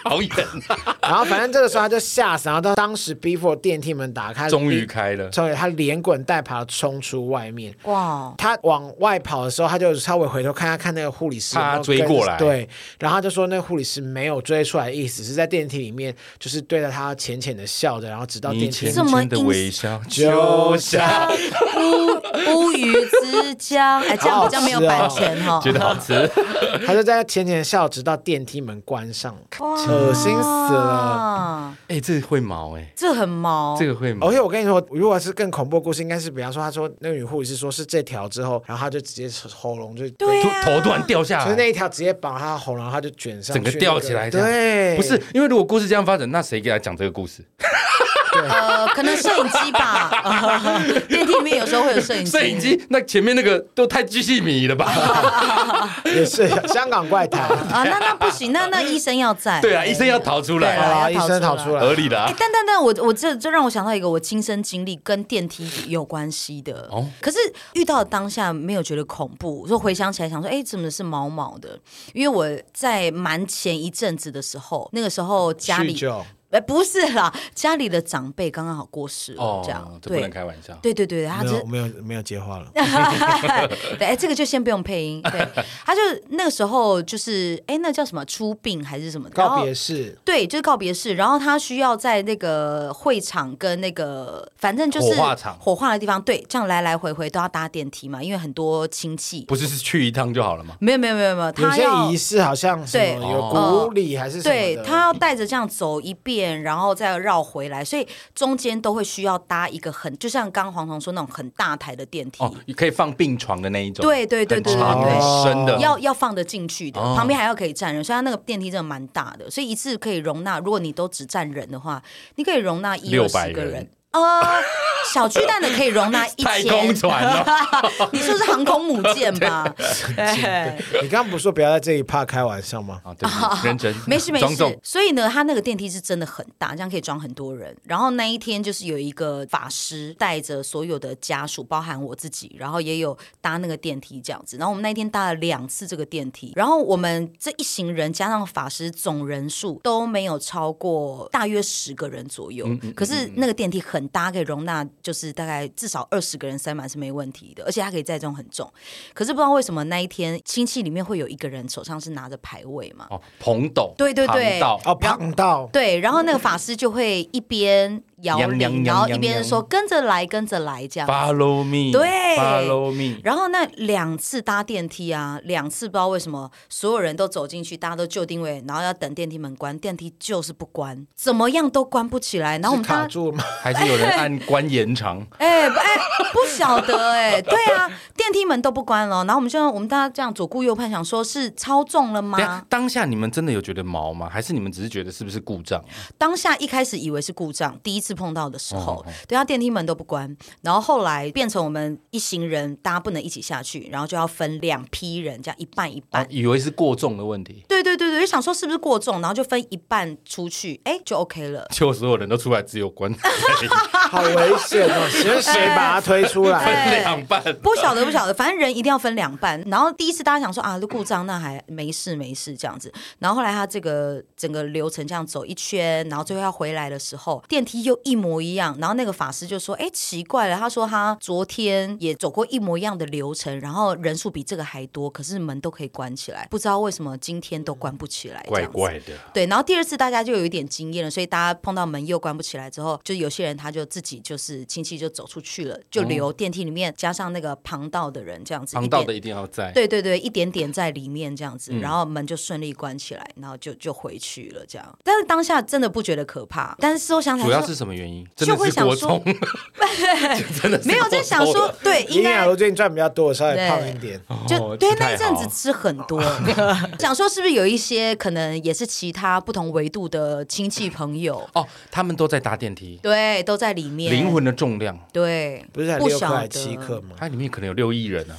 好远啊！ 然后反正这个时候他就吓死，然后到当时 B 四 电梯门打开， 终于开了， 终于他连滚带爬冲出外面。 哇！ 他往外跑的时候，他就稍微回头看看看那个护理师有没有他追过来， 对，然后他就说那个护理师没有追出来的意思，是在电梯里面就是对着他浅浅的笑着，然后直到电梯你浅浅的微笑， 就像乌乌鱼子酱，哎，这样比较没有版权哈， 觉得好吃。 他就在浅浅的笑，直到电梯门关上，恶心死了。 哎，这会毛哎， 这很毛， 这个会毛。 而且我跟你说，如果是更恐怖的故事，应该是比方说，他说那个女护理师说是这条之后，然后他就直接喉咙就对啊， 头突然掉下来， 就是那一条直接绑他的喉咙，然后他就卷上去， 整个吊起来。 对， 不是因为如果故事这样发展，那谁给他讲这个故事？ 呃，可能摄影机吧，呃，电梯里面有时候会有摄影机。 摄影机那前面那个都太巨细迷了吧？ 也是香港怪谈啊，那那不行，那那医生要在。 对啊，医生要逃出来啊，医生逃出来， 合理的啊。 但但但我我这这让我想到一个我亲身经历跟电梯有关系的哦，可是遇到当下没有觉得恐怖，说回想起来想说，哎，怎么是毛毛的？因为我在蛮前一阵子的时候，那个时候家里。哎，不是啦，家里的长辈刚刚好过世了，哦、这样这不能开玩笑。 对对对，他就没有没有接话了。 对，哎，这个就先不用配音。对，他就那个时候就是，哎，那叫什么出殡还是什么告别式？ 对，就是告别式。然后他需要在那个会场跟那个，反正就是火化场、 火化的地方，对，这样来来回回都要搭电梯嘛，因为很多亲戚。 不是是去一趟就好了吗？ 没有没有没有没有， 他有些仪式好像什么有古礼还是什么的， 对他要带着这样走一遍。然后再绕回来，所以中间都会需要搭一个很，就像刚刚黄彤说那种很大台的电梯， 哦，可以放病床的那一种， 对对对对对对， 很深的， 要要放得进去的，哦、旁边还要可以站人，所以它那个电梯真的蛮大的，所以一次可以容纳，如果你都只站人的话，你可以容纳一二十个人。呃，小巨蛋的可以容纳一千太空船了， 你说是航空母舰吧？ 你刚刚不是说不要在这一趴开玩笑吗？ 啊，对，认真， 没事没事。所以呢，他那个电梯是真的很大，这样可以装很多人。然后那一天就是有一个法师带着所有的家属，包含我自己，然后也有搭那个电梯这样子。然后我们那一天搭了两次这个电梯，然后我们这一行人加上法师总人数都没有超过大约十个人左右。嗯嗯嗯嗯可是那个电梯很大，可以容纳就是大概至少二十个人塞满是没问题的，而且它可以载重很重。可是不知道为什么那一天亲戚里面会有一个人手上是拿着牌位嘛？ 哦，彭斗， 对对对， 道哦，彭道， 对，然后那个法师就会一边摇铃，然后一边说跟着来，跟着来这样。 Follow me， 对 ，Follow me。 然后那两次搭电梯啊，两次不知道为什么所有人都走进去，大家都就定位，然后要等电梯门关，电梯就是不关，怎么样都关不起来。然后我们卡住了吗？ 还是有人按关延长？ 哎哎，不晓得哎，对啊，电梯门都不关了，然后我们就我们大家这样左顾右盼，想说是超重了吗？ 当下你们真的有觉得毛吗？还是你们只是觉得是不是故障？ 当下一开始以为是故障，第一次碰到的时候，哦哦对，他电梯门都不关，然后后来变成我们一行人，大家不能一起下去，然后就要分两批人，这样一半一半， 哦、以为是过重的问题。 对对对对，就想说是不是过重，然后就分一半出去，哎，就 OK 了。 结果所有人都出来，只有关。 好危险哦！是谁把它推出来？ 分两半， 不晓得不晓得，反正人一定要分两半。然后第一次大家想说啊，故障那还没事没事这样子。然后后来他这个整个流程这样走一圈，然后最后要回来的时候，电梯又一模一样。然后那个法师就说：“哎，奇怪了，他说他昨天也走过一模一样的流程，然后人数比这个还多，可是门都可以关起来，不知道为什么今天都关不起来。” 怪怪的。 对，然后第二次大家就有一点经验了，所以大家碰到门又关不起来之后，就有些人他就自己就是亲戚就走出去了，就留电梯里面加上那个旁道的人这样子， 旁道的一定要在， 对对对，一点点在里面这样子，嗯、然后门就顺利关起来，然后就就回去了这样。但是当下真的不觉得可怕，但是事后想起来， 主要是什么原因？ 就会想说， 真的是没有在想说，对，应该我最近赚比较多，稍微胖一点， 就对那一阵子吃很多，想说是不是有一些可能也是其他不同维度的亲戚朋友哦，他们都在搭电梯， 对，都在里面， 灵魂的重量， 对， 不是才六克还七克吗？ 它里面可能有六亿人啊。 那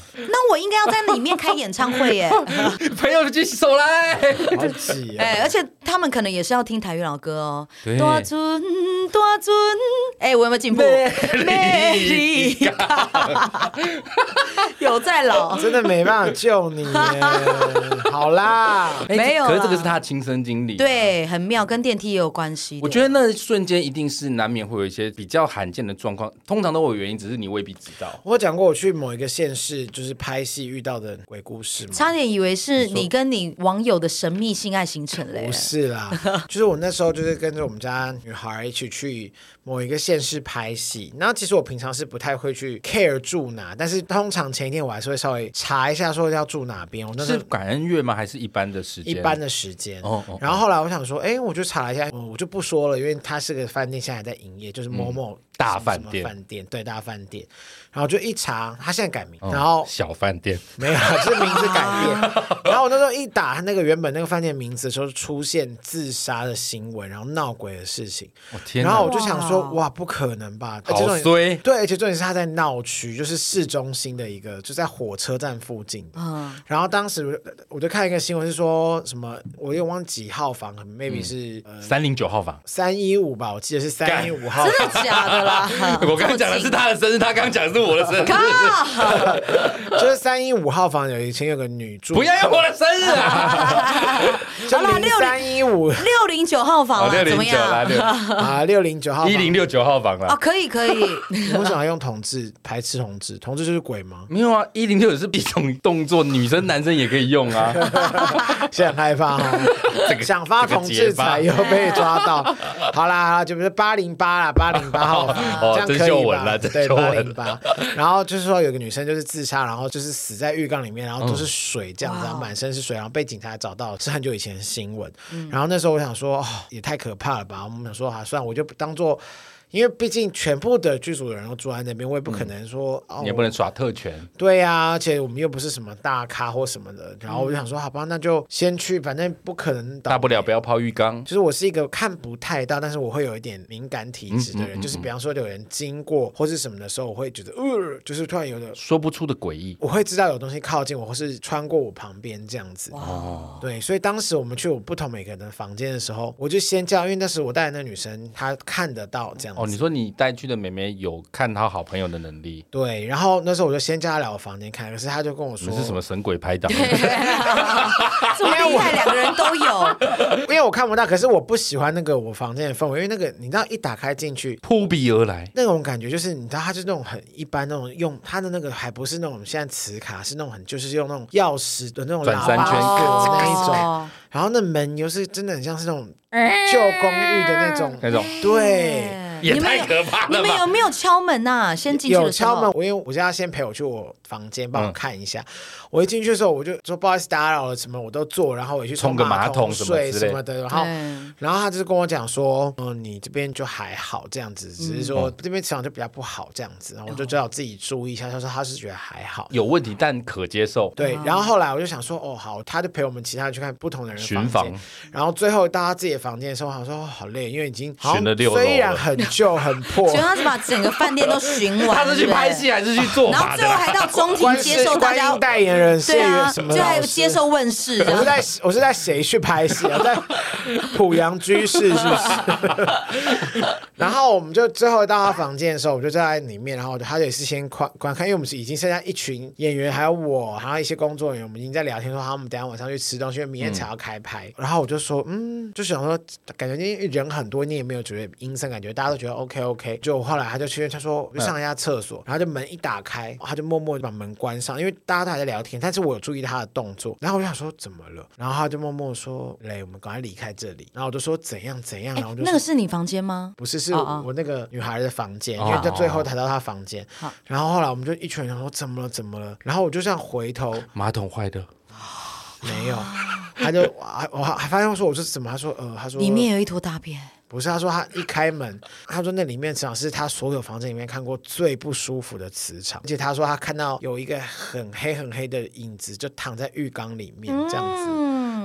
我应该要在里面开演唱会耶。 朋友举起手来， 好挤啊！ 哎，而且他们可能也是要听台语老歌哦。 对大尊大尊，哎，我有没有进步？美丽港有在老， 真的没办法救你耶。好啦， 没有啦可是这个是他的亲身经历。 对，很妙，跟电梯也有关系。 我觉得那瞬间一定是难免会有一些比较罕见的状况，通常都有原因，只是你未必知道。 我有讲过我去某一个县市就是拍戏遇到的鬼故事吗？ 差点以为是你跟你网友的神秘性爱行程嘞。 不是啦，就是我那时候就是跟着我们家女孩一起去某一个县市拍戏，然后其实我平常是不太会去 care 住哪，但是通常前一天我还是会稍微查一下说要住哪边。我那是感恩月吗？还是一般的时间？ 一般的时间。 哦哦哦然后后来我想说，哎，我就查了一下，我就不说了，因为它是个饭店，现在还在营业，就是某某、 嗯、大饭店， 饭店对大饭店。然后就一查，他现在改名，哦、然后小饭店没有，就是名字改变。然后我那时候一打那个原本那个饭店名字的时候，出现自杀的新闻，然后闹鬼的事情。 哦、天然后我就想说，哇，不可能吧？ 好衰。 对，而且重点是他在闹区，就是市中心的一个，就在火车站附近。嗯。然后当时我就看一个新闻是说什么，我又忘几号房 ，maybe 是三零九号房， 三一五吧，我记得是三一五号房。 真的假的啦？ 我刚刚讲的是他的生日，他刚刚讲的是我的生日。 就是三一五号房有以前有个女住， 不要用我的生日啊！ 就零三一五六零九号房了，怎么样啊？六零九号一零六九号房了啊，可以可以。 你为什么要用同志排斥同志？同志就是鬼吗？ 没有啊，一零六也是一种动作，女生男生也可以用啊。 现在很害怕哈、哦，想发同志财又被抓到。好啦好啦，就是八零八啦，八零八号房， 哦、 这样可以吧？ 了对，八零八。然后就是说有个女生就是自杀，然后就是死在浴缸里面，然后都是水这样子，嗯、满身是水，然后被警察找到，是很久以前的新闻。嗯、然后那时候我想说，哦，也太可怕了吧！我们想说，啊，算了，我就当做。因为毕竟全部的剧组的人都住在那边，我也不可能说、 嗯哦、你也不能耍特权。 对呀、啊，而且我们又不是什么大咖或什么的，然后我就想说，好吧，那就先去，反正不可能倒。 大不了不要泡浴缸。 就是我是一个看不太到，但是我会有一点敏感体质的人，嗯嗯嗯嗯就是比方说有人经过或是什么的时候，我会觉得，呃，就是突然有的说不出的诡异， 我会知道有东西靠近我，或是穿过我旁边这样子。哦，对，所以当时我们去我不同每个人的房间的时候，我就先叫，因为那时我带的那女生她看得到这样子。 哦，你说你带去的妹妹有看她好朋友的能力， 对，然后那时候我就先叫她来我房间看，可是她就跟我说， 你是什么神鬼拍档？ 这么厉害，两个人都有。 因为我看不到，可是我不喜欢那个我房间的氛围，因为那个你知道一打开进去， 扑鼻而来那种感觉，就是你知道，它就是那种很一般那种用它的那个还不是那种现在磁卡，是那种很就是用那种钥匙的那种转三圈的那一种，哦、然后那门又是真的很像是那种旧公寓的那种那种， 对。 也太可怕了吧！ 你们有没有敲门呐、啊？先进去的时候有敲门，我因为我叫他先陪我去我房间帮我看一下。嗯、我一进去的时候，我就说不好意思打扰了，什么我都做，然后我也去冲个马桶睡什么的。然后，然后他就是跟我讲说，嗯，你这边就还好这样子，只是说、嗯、这边磁场就比较不好这样子。然后我就只好自己注意一下。他说他是觉得还好， 有问题但可接受。 对，然后后来我就想说，哦好，他就陪我们其他人去看不同的人的房间。 然后最后到他自己的房间的时候，我想说、哦、好累，因为已经巡了六楼， 虽然很旧很破。 所以他是把整个饭店都巡完， 他是去拍戏还是去做法的？ 然后最后还到中庭接受大家代言人、 对啊， 什么就还有接受问世。 我是在我是在谁去拍戏啊？在濮阳居士是不是？然后我们就最后到他房间的时候，我就在里面，然后他也是先观观看，因为我们是已经剩下一群演员，还有我，还有一些工作人员，我们已经在聊天说，好，我们等一下晚上去吃东西，因为明天才要开拍。嗯、然后我就说，嗯，就想说，感觉因为人很多，你也没有觉得阴森，感觉大家都觉得 OK OK。就后来他就去，他说我就上一下厕所，然后就门一打开，他就默默把门关上，因为大家都还在聊天，但是我有注意他的动作，然后我就想说怎么了，然后他就默默说，来，我们赶快离开这里，然后我就说怎样怎样，然后就那个是你房间吗？ 不是，是我那个女孩的房间，因为在最后抬到她房间，然后后来我们就一群人说怎么了怎么了，然后我就这样回头， 马桶坏的。 没有，他就我还发现说，我说怎么？他说呃，他说里面有一坨大便。 不是，他说他一开门，他说那里面磁场是他所有房间里面看过最不舒服的磁场，而且他说他看到有一个很黑很黑的影子就躺在浴缸里面这样子。嗯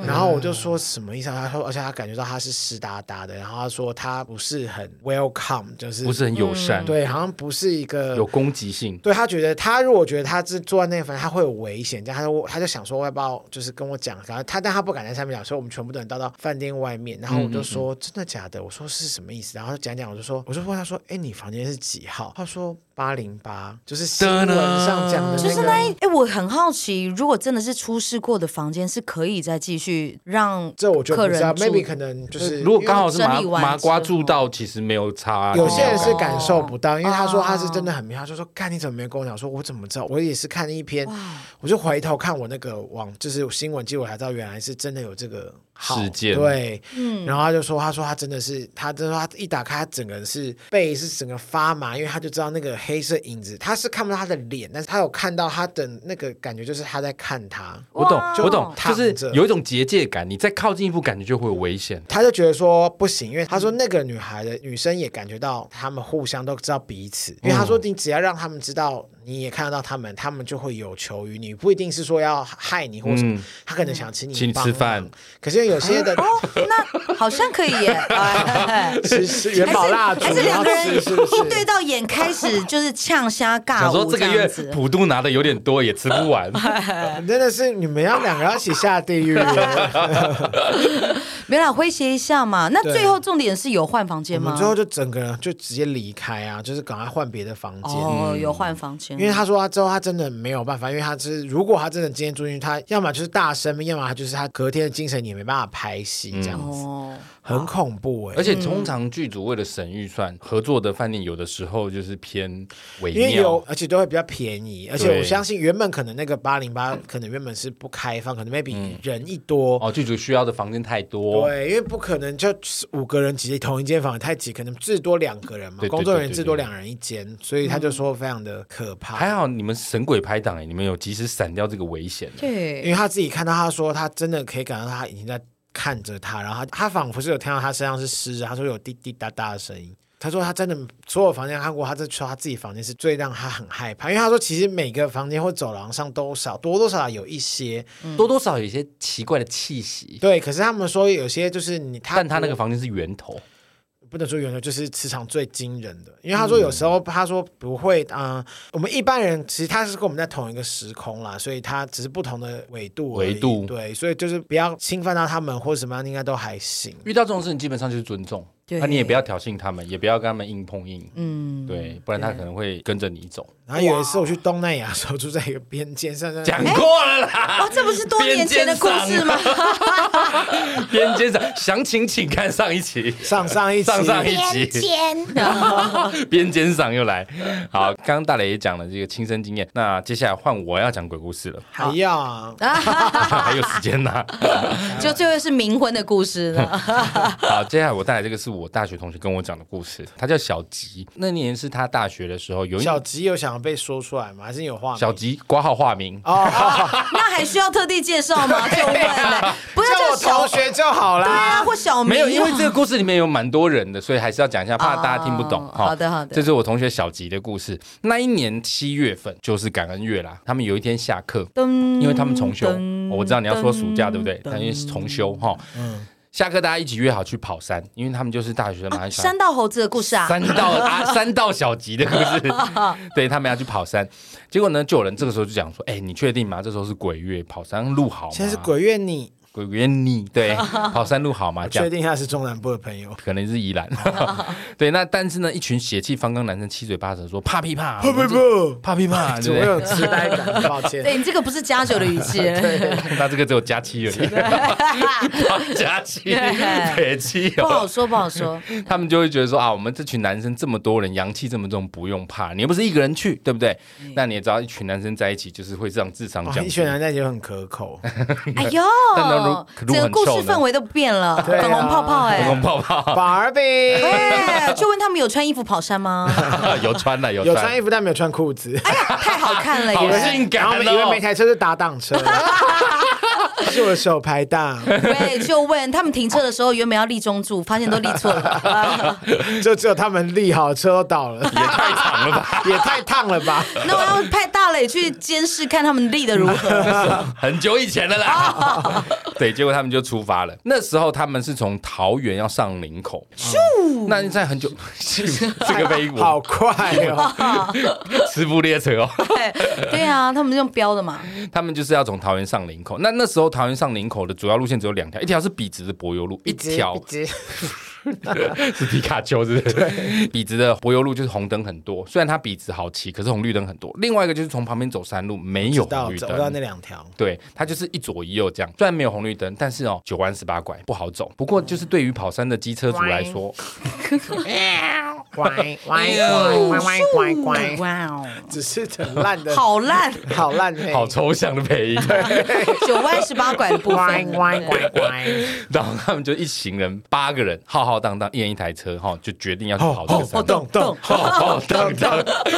然后我就说什么意思？他说，而且他感觉到他是湿哒哒的，然后他说他不是很 welcome， 就是不是很友善， 对，好像不是一个有攻击性。 对他觉得他如果觉得他是坐在那个房间，他会有危险，这样他就他就想说要不要就是跟我讲，然后他但他不敢在上面讲，所以我们全部的人到到饭店外面，然后我就说、嗯嗯嗯、真的假的？我说是什么意思？然后讲讲我就说我就问他说，哎，你房间是几号？他说八零八，就是新闻上讲的那个， 就是那一哎，我很好奇，如果真的是出事过的房间，是可以再继续让这我就不知道 ，maybe 可能就是如果刚好是麻麻瓜住到，其实没有差、啊。 有些人是感受不到，因为他说他是真的很妙，他就说干你怎么没跟我讲？说我怎么知道？我也是看一篇，我就回头看我那个网，就是新闻记录，才知道原来是真的有这个事件。 对，嗯，然后他就说，他说他真的是，他就说他一打开，他整个人是背是整个发麻，因为他就知道那个黑色影子，他是看不到他的脸，但是他有看到他的那个感觉，就是他在看他。 我懂，我懂，就是有一种结界感，你再靠近一步，感觉就会有危险。 他就觉得说不行，因为他说那个女孩的女生也感觉到他们互相都知道彼此，因为他说你只要让他们知道你也看得到他们，他们就会有求于你，不一定是说要害你或什么，嗯、他可能想请你请你吃饭， 可是有些的哦，那好像可以耶， 吃吃元宝蜡烛， 还是两个人一对到眼开始就是呛虾尬舞， 想说这个月普渡拿的有点多，也吃不完， 真的是你们要两个要一起下地狱。 没啦，诙谐一下嘛。那最后重点是有换房间吗？ 我们最后就整个人就直接离开啊，就是赶快换别的房间。 哦，有换房间， 因为他说他之后他真的没有办法，因为他是如果他真的今天住进去，他要么就是大生病，要么他就是他隔天的精神也没办法拍戏这样子。嗯很恐怖哎、欸， 而且通常剧组为了省预算，合作的饭店有的时候就是偏微妙， 因为有而且都会比较便宜，而且我相信原本可能那个八零八可能原本是不开放，可能 maybe 人一多、 嗯、哦，剧组需要的房间太多， 对，因为不可能就五个人挤同一间房太挤，可能至多两个人嘛，工作人员至多两人一间，所以他就说非常的可怕。 还好你们神鬼拍档哎，你们有及时闪掉这个危险， 对， 因为他自己看到他说他真的可以感到他已经在看着他，然后他他仿佛是有听到他身上是湿的，他说有滴滴答答的声音。他说他真的所有房间看过，他就说他自己房间是最让他很害怕，因为他说其实每个房间或走廊上多少多多少少有一些、 嗯、多多少少有一些奇怪的气息。 对，可是他们说有些就是你他， 但他那个房间是源头。 不能说源头，就是磁场最惊人的，因为他说有时候他说不会，嗯、呃，我们一般人其实他是跟我们在同一个时空啦，所以他只是不同的纬度而已， 纬度对，所以就是不要侵犯到他们或者什么样，应该都还行。 遇到这种事情基本上就是尊重，那、啊、你也不要挑衅他们，也不要跟他们硬碰硬，嗯，对，不然他可能会跟着你走。 然后有一次我去东南亚的时候，住在一个边间上， 讲过了啦， 哦，这不是多年前的故事吗？ 边间上详情请看上一期， 上上一期， 上上一期， 边间，边间上又来。好，刚刚大雷也讲了这个亲身经验，那接下来换我要讲鬼故事了， 还要啊， 还有时间呢， 就最后是冥婚的故事了。 好，接下来我带来这个是我大学同学跟我讲的故事，他叫小吉，那年是他大学的时候有一小吉有想要被说出来吗？还是有化名？ 小吉括号化名哦， 那还需要特地介绍吗？就问了，不要叫我同学就好啦。 对啊，或小名没有，因为这个故事里面有蛮多人的，所以还是要讲一下，怕大家听不懂。 哦、好的，好的， 这是我同学小吉的故事。那一年七月份就是感恩月啦，他们有一天下课，因为他们重修，我知道你要说暑假对不对？但因为是重修哈，嗯。下课大家一起约好去跑山，因为他们就是大学生嘛、啊。 山道猴子的故事啊， 山道啊，山道小吉的故事，对他们要去跑山。结果呢，就有人这个时候就讲说：“哎、欸，你确定吗？这时候是鬼月，跑山路好吗？” 现在是鬼月你。 鬼月你对跑山路好吗？ 确定他是中南部的朋友， 可能是宜兰。对，那但是呢，一群血气方刚男生七嘴八舌说怕屁怕， 怕屁怕， 怕屁怕， 怎么有痴呆感？抱歉， 对你这个不是加酒的语气， 对， 那这个只有加七而已，加七，撇七， 不好说，不好说。 他们就会觉得说啊，我们这群男生这么多人，阳气这么重，不用怕，你又不是一个人去，对不对？嗯、那你也知道，一群男生在一起就是会这样智商降低、 哦，一群男生在一起就很可口。 哎呦。整个故事氛围都变了，粉红泡泡哎、 欸，粉红泡泡 ，Barbie， 哎，就问他们有穿衣服跑山吗？ 有穿了，有有穿衣服，但没有穿裤子。 哎呀，太好看了， 好性感、哦， 然后以为每台车是打挡车。 是我手排大， 对，就问他们停车的时候原本要立中柱，发现都立错了， 就只有他们立好，车都倒了， 也太长了吧， 也太烫了吧？ 那我要派大磊去监视，看他们立的如何。 很久以前了啦。对，结果他们就出发了。那时候他们是从桃园要上林口，咻，那在很久，这个飞好快哦， 磁浮列车哦。 对啊，他们是用标的嘛。 他们就是要从桃园上林口。那那时候桃园上林口的主要路线只有两条，一条是笔直的柏油路，一条是皮卡丘，是不是？笔直的柏油路就是红灯很多，虽然它笔直好骑，可是红绿灯很多。另外一个就是从旁边走山路，没有红绿灯， 走到那两条， 对，它就是一左一右这样。虽然没有红绿灯，但是哦，九弯十八拐不好走。不过就是对于跑山的机车族来说， 乖乖乖乖乖乖， 哇哦， 只是很烂的， 好烂， 好烂配， 好抽象的配音。 九弯十八拐的部分， 乖乖乖。 然后他们就一行人八个人浩浩荡荡一人一台车哈，就决定要去跑这个山。 动动浩浩荡荡，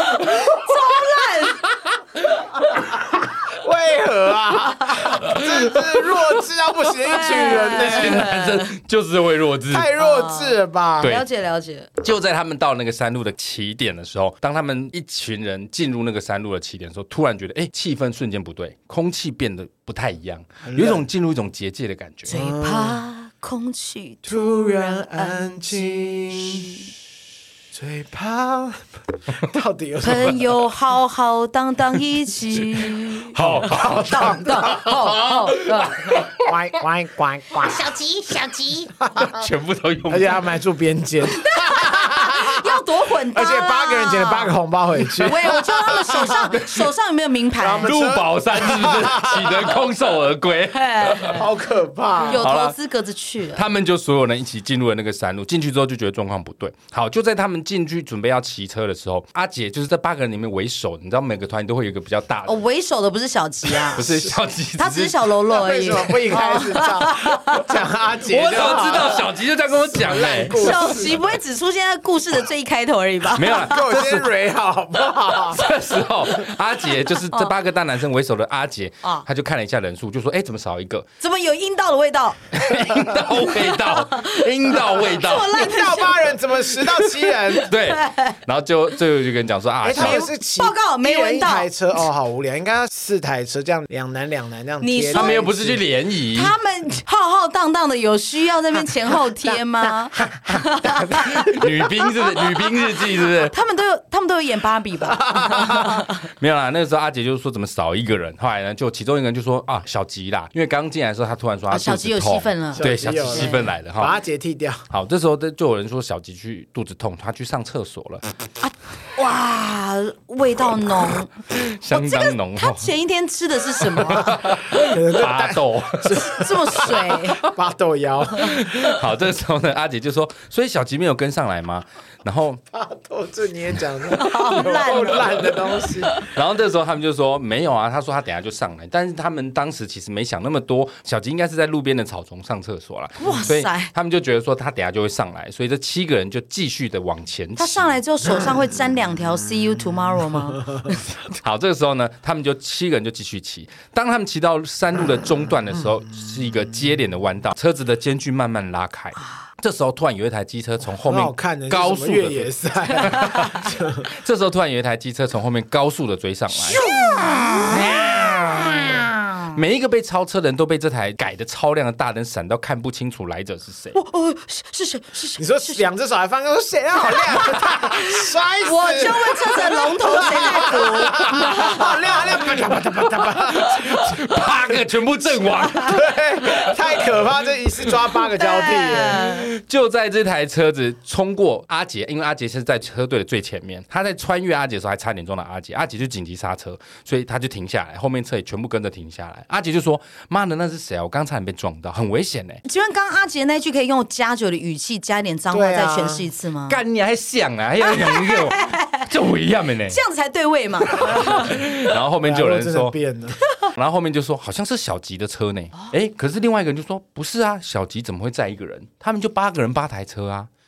为何啊？这这是弱智到不行的一群人呢、 那些男生就是会弱智， 太弱智了吧？ 对了解了解。 就在他们到那个山路的起点的时候，当他们一群人进入那个山路的起点的时候，突然觉得，哎，气氛瞬间不对，空气变得不太一样，有一种进入一种结界的感觉。 最怕空气突然安静，最怕到底有什么？ 朋友浩浩荡荡一起， 好好荡荡，浩浩荡。 乖乖乖乖， 小吉，小吉， 全部都用， 而且他们还住边间， 要多混搭、啊， 而且八个人捡了八个红包回去。 喂，我就他们手上手上有没有名牌？ 入宝山是不是岂能空手而归？ 好可怕！ 有投资格子去了。 他们就所有人一起进入了那个山路，进去之后就觉得状况不对。好，就在他们进去准备要骑车的时候，阿杰就是这八个人里面为首，你知道每个团都会有一个比较大的， 哦，为首的不是小吉啊， 不是小吉， 他只是小喽啰而已为什。么不一开始讲讲阿杰？ 我怎么知道小吉就这样跟我讲嘞？ 小吉不会只出现在故事的最一开头而已吧？ 没有啦， 给我先蕊好不好？ 这时候阿杰就是这八个大男生为首的阿杰哦， 他就看了一下人数，就说：“哎，怎么少一个？ 怎么有阴道的味道？ 阴道味道，阴道味道。” 一到八人怎么十到七人？ 对，然后就最后就跟你讲说啊， 哎，他们是骑报告没一人一闻到台车哦，好无聊，应该要四台车这样两男两男这样贴。 你说他们又不是去联谊， 他们浩浩荡荡的，有需要在那边前后贴吗？ 女兵是不是？女兵日记是不是？ 他们都有，他们都有演芭比吧？ 没有啦，那个时候阿杰就说怎么少一个人，后来呢，就其中一个人就说啊小吉啦，因为刚进来的时候他突然说他啊小吉有肚子痛戏份了对，小吉小吉有了戏份来了哈。 把阿杰剃掉。 好，这时候就有人说小吉去肚子痛，他去上厕所了， 哇，味道浓， 相当浓他厚， 前一天吃的是什么啊？ 可能就巴豆。 这么水？ 八豆腰， 好，这个时候呢，阿杰就说，所以小吉没有跟上来吗？然后， 八豆这你也讲的好烂有够烂的东西。 然后这时候他们就说没有啊，他说他等一下就上来，但是他们当时其实没想那么多，小吉应该是在路边的草丛上厕所啦， 哇所以塞！ 他们就觉得说他等一下就会上来，所以这七个人就继续的往前骑。 他上来之后手上会沾两条 See you tomorrow 吗？ 好，这个时候呢，他们就七个人就继续骑。当他们骑到山路的中段的时候，是一个接连的弯道，车子的间距慢慢拉开。这时候突然有一台机车从后很好面看的高速越野的， 赛， 这时候突然有一台机车从后面高速的追上来。每一个被超车的人都被这台改的超亮的大灯闪到看不清楚来者是谁。 哦哦，是是谁？是谁？ 你说两只手还放，说谁啊？好亮，摔死！ 我就问车子的龙头谁在扶？ 好亮，好亮，啪嗒啪嗒啪嗒啪嗒， 八个全部阵亡。 对，太可怕！这一次抓八个交替耶。 就在这台车子冲过阿杰，因为阿杰是在车队的最前面，他在穿越阿杰的时候还差点撞到阿杰，阿杰就紧急刹车，所以他就停下来，后面车也全部跟着停下来。阿杰就说：“妈的，那是谁啊？我刚差点被撞到，很危险呢。” 请问刚刚阿杰那句可以用加酒的语气加一点脏话对啊再诠释一次吗？ 干你还想啊？还要讲一个，这我一样的呢。 这样子才对位嘛。 然后后面就有人真的说， 变了， 然后后面就说好像是小吉的车呢。哎，可是另外一个人就说不是啊，小吉怎么会载一个人？他们就八个人八台车啊。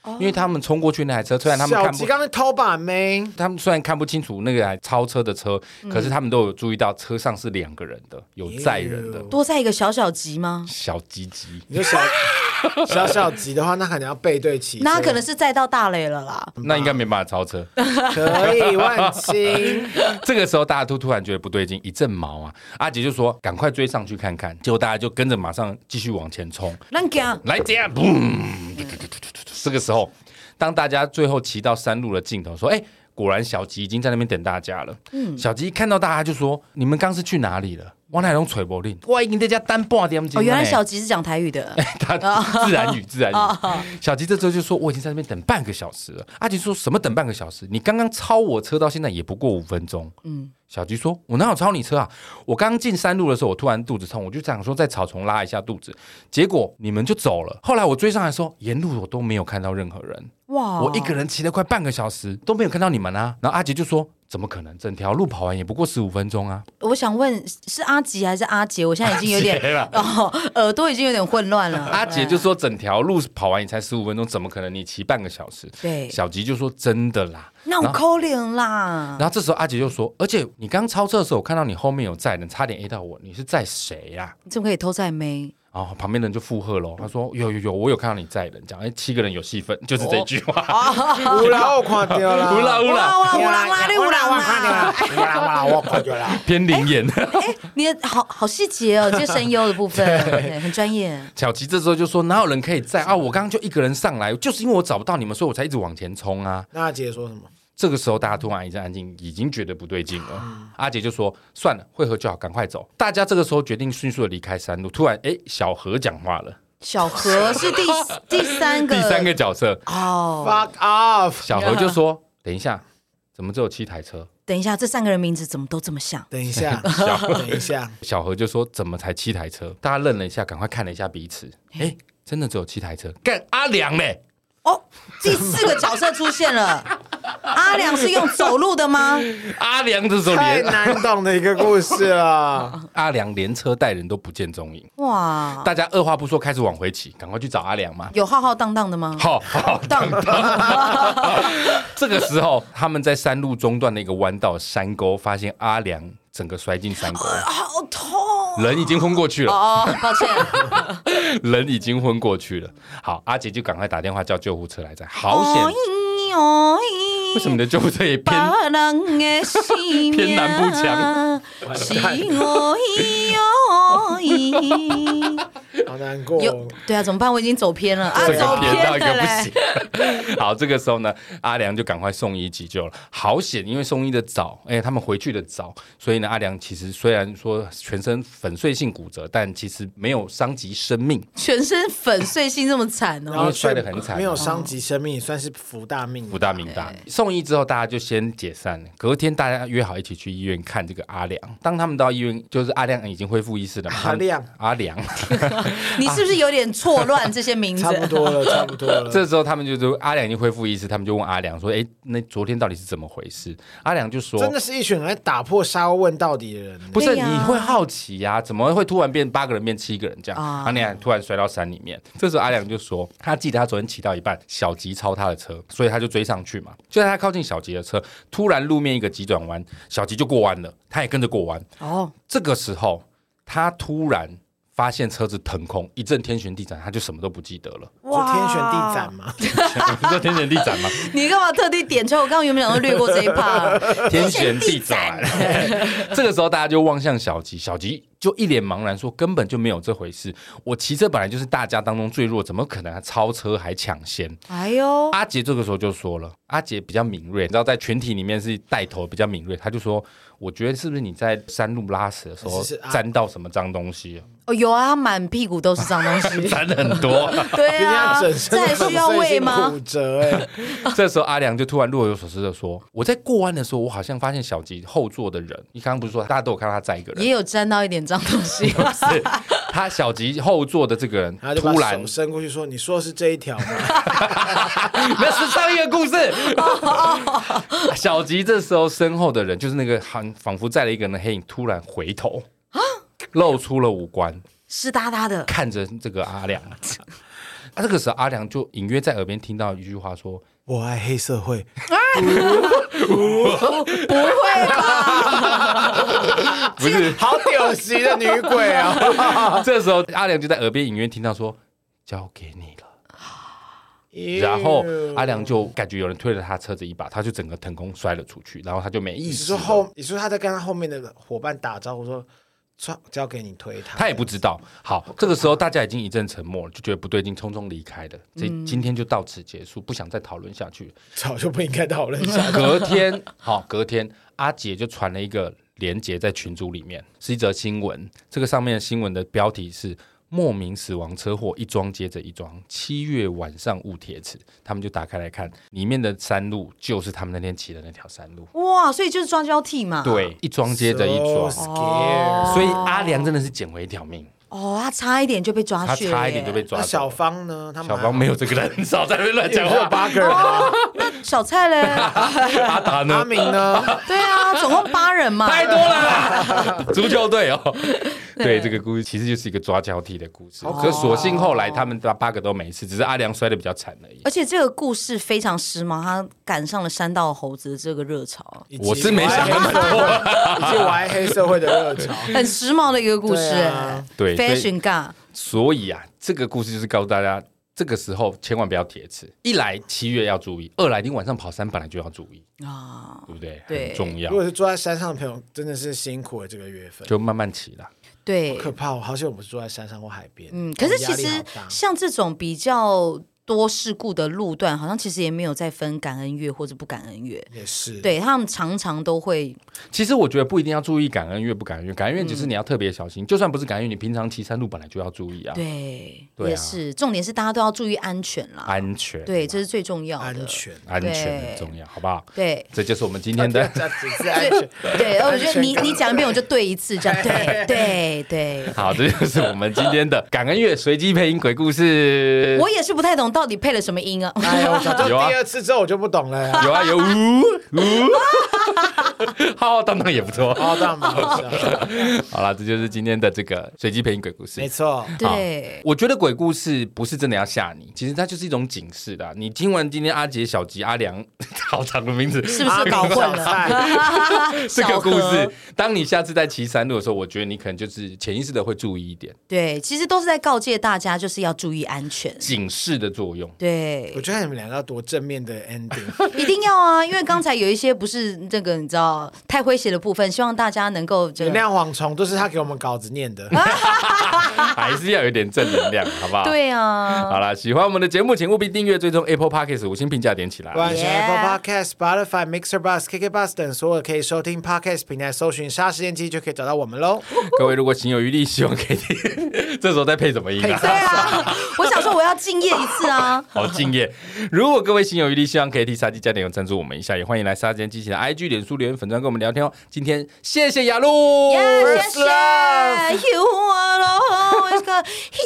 因为他们冲过去那台车，虽然他们看不， 小吉刚才偷把妹， 他们虽然看不清楚那个台超车的车， 嗯、 可是他们都有注意到车上是两个人的，有载人的， 多载一个小小吉吗？ 小吉吉， 你就小小小吉的话，那可能要背对骑车， 那可能是载到大雷了啦， 那应该没办法超车， 可以万幸。 这个时候大家都突然觉得不对劲，一阵毛啊！阿杰就说：“赶快追上去看看。”结果大家就跟着马上继续往前冲，来这样，嘣！这个时候，当大家最后骑到山路的尽头，说：“哎、欸，果然小吉已经在那边等大家了。”嗯，小吉看到大家就说：“你们刚是去哪里了？”我哪拢吹不灵，我已经在家等半点钟。 哦，原来小吉是讲台语的， 他自然语，自然语。小吉这时候就说：“我已经在那边等半个小时了。”阿吉说什么等半个小时？你刚刚超我车到现在也不过五分钟。嗯，小吉说：“我哪有超你车啊？我刚进山路的时候，我突然肚子痛，我就想说在草丛拉一下肚子，结果你们就走了。后来我追上来说，沿路我都没有看到任何人。哇，我一个人骑了快半个小时都没有看到你们啊。”然后阿吉就说：“怎么可能？整条路跑完也不过十五分钟啊！” 我想问，是阿吉还是阿杰？我现在已经有点哦，耳朵已经有点混乱了。 阿杰就说：“整条路跑完也才十五分钟，怎么可能你骑半个小时？” 对， 小吉就说：“真的啦。” 那我可怜啦。 然后这时候阿杰就说：“而且你刚超车的时候，我看到你后面有载人，差点 A 到我，你是载谁呀、啊？ 你怎么可以偷载妹？” 哦，旁边人就附和喽，他说：“有有有，我有看到你载人，讲哎，七个人有戏份，就是这句话。哦” 有啦，我看到了， 有啦有啦， 有啦啦，有啦我看到了，有啦有啦，我看到了， 偏灵眼。 哎，你的好好细节哦，这声优的部分很专业。 小吉这时候就说：“哪有人可以载啊？我刚刚就一个人上来，就是因为我找不到你们，所以我才一直往前冲啊。” 那阿杰说什么？ 这个时候大家突然一阵安静，已经觉得不对劲了。嗯、阿杰就说：“算了，会合就好，赶快走。”大家这个时候决定迅速的离开山路。突然，哎，小何讲话了。 小何是第第三个第三个角色哦。 Fuck off！ 小何就说：“等一下，怎么只有七台车？ 等一下，这三个人名字怎么都这么像？ 等一下，等一下。” 小何就说：“怎么才七台车？”大家愣了一下，赶快看了一下彼此。哎，真的只有七台车。干阿良嘞！ 哦，第四个角色出现了。阿良是用走路的吗？ 阿良这时候连太难懂的一个故事了。 阿良连车带人都不见踪影。 哇！ 大家二话不说开始往回骑，赶快去找阿良嘛。 有浩浩荡荡的吗？ 浩浩荡荡。这个时候，他们在山路中段的一个弯道山沟，发现阿良整个摔进山沟， 好痛。 人已经昏过去了。 哦，抱歉， 人已经昏过去了。好，阿杰就赶快打电话叫救护车来载。好险！为什么你的救护车也偏偏南部腔？ 好难过。 对啊，怎么办？我已经走偏了啊，走偏到一个了不行。好，这个时候呢，阿良就赶快送医急救了。好险，因为送医的早，哎，他们回去的早，所以呢，阿良其实虽然说全身粉碎性骨折，但其实没有伤及生命。 全身粉碎性这么惨哦， 因为摔得很惨， 没有伤及生命，也算是福大命。 福大命大。送医之后，大家就先解散了。隔天大家约好一起去医院看这个阿良。当他们到医院，就是阿良已经恢复意识了嘛。 阿良， 阿良， 你是不是有点错乱这些名字？ 差不多了，差不多了。 这时候他们就说阿良已经恢复意识，他们就问阿良说：“哎，那昨天到底是怎么回事？”阿良就说：“ 真的是一群人打破砂锅问到底的人。” 不是，你会好奇呀、啊，怎么会突然变八个人变七个人这样？啊，阿良突然摔到山里面。这时候阿良就说：“他记得他昨天骑到一半，小吉超他的车，所以他就追上去嘛。就在他靠近小吉的车，突然路面一个急转弯，小吉就过弯了，他也跟着过弯。哦，这个时候他突然发现车子腾空，一阵天旋地转，他就什么都不记得了。 哇，天旋地转吗？ 你说天旋地转吗？ 你干嘛特地点出来？我刚刚原本想说略过这一趴。 天旋地转。这个时候大家就望向小吉，小吉就一脸茫然说：“根本就没有这回事，我骑车本来就是大家当中最弱，怎么可能还超车还抢先？”哎呦，阿杰这个时候就说了，阿杰比较敏锐，你知道在群体里面是带头比较敏锐，他就说：“我觉得是不是你在山路拉屎的时候沾到什么脏东西、啊？” 哦，有啊，他满屁股都是脏东西， 沾很多。 对啊，这还需要喂吗？ 骨折哎！ 这时候阿良就突然若有所思的说：“我在过弯的时候，我好像发现小吉后座的人，你刚刚不是说大家都有看到他载一个人， 也有沾到一点脏东西。 不是，他小吉后座的这个人突然手伸过去说：‘你说的是这一条吗？’ 那是上一个故事。小吉这时候身后的人，就是那个仿佛载了一个人的黑影，突然回头。露出了五官， 湿哒哒的看着这个阿良， 啊，这个时候阿良就隐约在耳边听到一句话说：“ 我爱黑社会。” 不会吧？ 不是， 好屌席的女鬼啊！ 这时候阿良就在耳边隐约听到说：“交给你了。”然后阿良就感觉有人推了他车子一把，他就整个腾空摔了出去，然后他就没意识了。 你说后，你说他在跟他后面的伙伴打招呼说：“交交给你推他。” 他也不知道。好，这个时候大家已经一阵沉默了，就觉得不对劲，匆匆离开了。这、嗯、今天就到此结束，不想再讨论下去。 早就不应该讨论下去。 隔天，好，隔天阿杰就传了一个连结在群组里面，是一则新闻。这个上面的新闻的标题是。莫名死亡车祸一桩接着一桩，七月晚上误铁齿，他们就打开来看，里面的山路就是他们那天骑的那条山路。 哇，所以就是抓交替嘛。 对，一桩接着一桩， so scared 所以阿良真的是捡回一条命。 哦，他差一点就被抓去了， 他差一点就被抓。 那小芳呢？他小芳没有这个人，少在那边乱讲话。 有八个人吗？ 那小蔡嘞？ 阿达呢？ 阿明呢？ 对啊，总共八人嘛， 太多了。足球队哦，对，这个故事其实就是一个抓交替的故事。可是所幸后来他们八个都没事，只是阿良摔得比较惨而已。 而且这个故事非常时髦，他赶上了山道猴子的这个热潮。 我是没想那么多， 以及我爱黑社会的热潮， 很时髦的一个故事。 对。 Fashion God， 所以啊，这个故事就是告诉大家，这个时候千万不要铁齿。一来七月要注意，二来你晚上跑山本来就要注意啊，对不对？对，很重要。 如果是住在山上的朋友，真的是辛苦了这个月份， 就慢慢骑啦。 对， 好可怕哦！好像我们是住在山上或海边。 嗯，可是其实像这种比较多事故的路段，好像其实也没有再分感恩月或者不感恩月， 也是。对， 他们常常都会。 其实我觉得不一定要注意感恩月不感恩月，感恩月只是你要特别小心。嗯、就算不是感恩月，你平常骑山路本来就要注意啊。 对， 对啊、 也是。重点是大家都要注意安全啦， 安全。 对，这是最重要的。 安全， 安全很重要，好不好？ 对， 这就是我们今天的。 对， 对，我觉得你你讲一遍我就对一次，这样对对对。 好，这就是我们今天的感恩月随机配音鬼故事。 我也是不太懂到底配了什么音。 哎呦，第二次之后我就不懂了。 有啊，有呜呜，浩浩荡荡也不错， 浩浩荡荡。 好啦，这就是今天的这个随机配音鬼故事。 没错， 对， 我觉得鬼故事不是真的要吓你，其实它就是一种警示的、啊。你听完今天阿杰、小吉、阿良，好长的名字， 是不是搞混了？ 这个故事，当你下次在骑山路的时候，我觉得你可能就是潜意识的会注意一点。 对，其实都是在告诫大家，就是要注意安全， 警示的作用。 对。 我觉得你们两个要多正面的 ending， 一定要啊！因为刚才有一些不是这个你知道太诙谐的部分，希望大家能够原谅蝗虫，都是他给我们稿子念的， 还是要有点正能量，好不好？ 对啊。 好啦，喜欢我们的节目，请务必订阅、追踪 Apple Podcast 五星评价点起来。 不管是 Apple Podcast、Spotify、Mixer、Bus、K K Bus 等所有可以收听 Podcast 平台，搜寻杀时间机就可以找到我们喽。 各位如果情有余力，希望可以听，这时候再配什么音啊？ 对啊，我想说我要敬业一次啊。 好敬业。如果各位心有余力，希望可以替杀鸡加点油赞助我们一下，也欢迎来杀时间机器的 I G、脸书留言粉专跟我们聊天哦。今天谢谢雅露， 谢谢。You are always got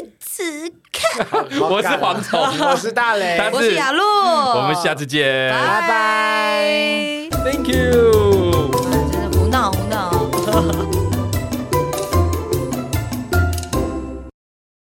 hit 我是蝗虫， 我是大雷， 我是雅露， 我们下次见， 拜拜 ，Thank you。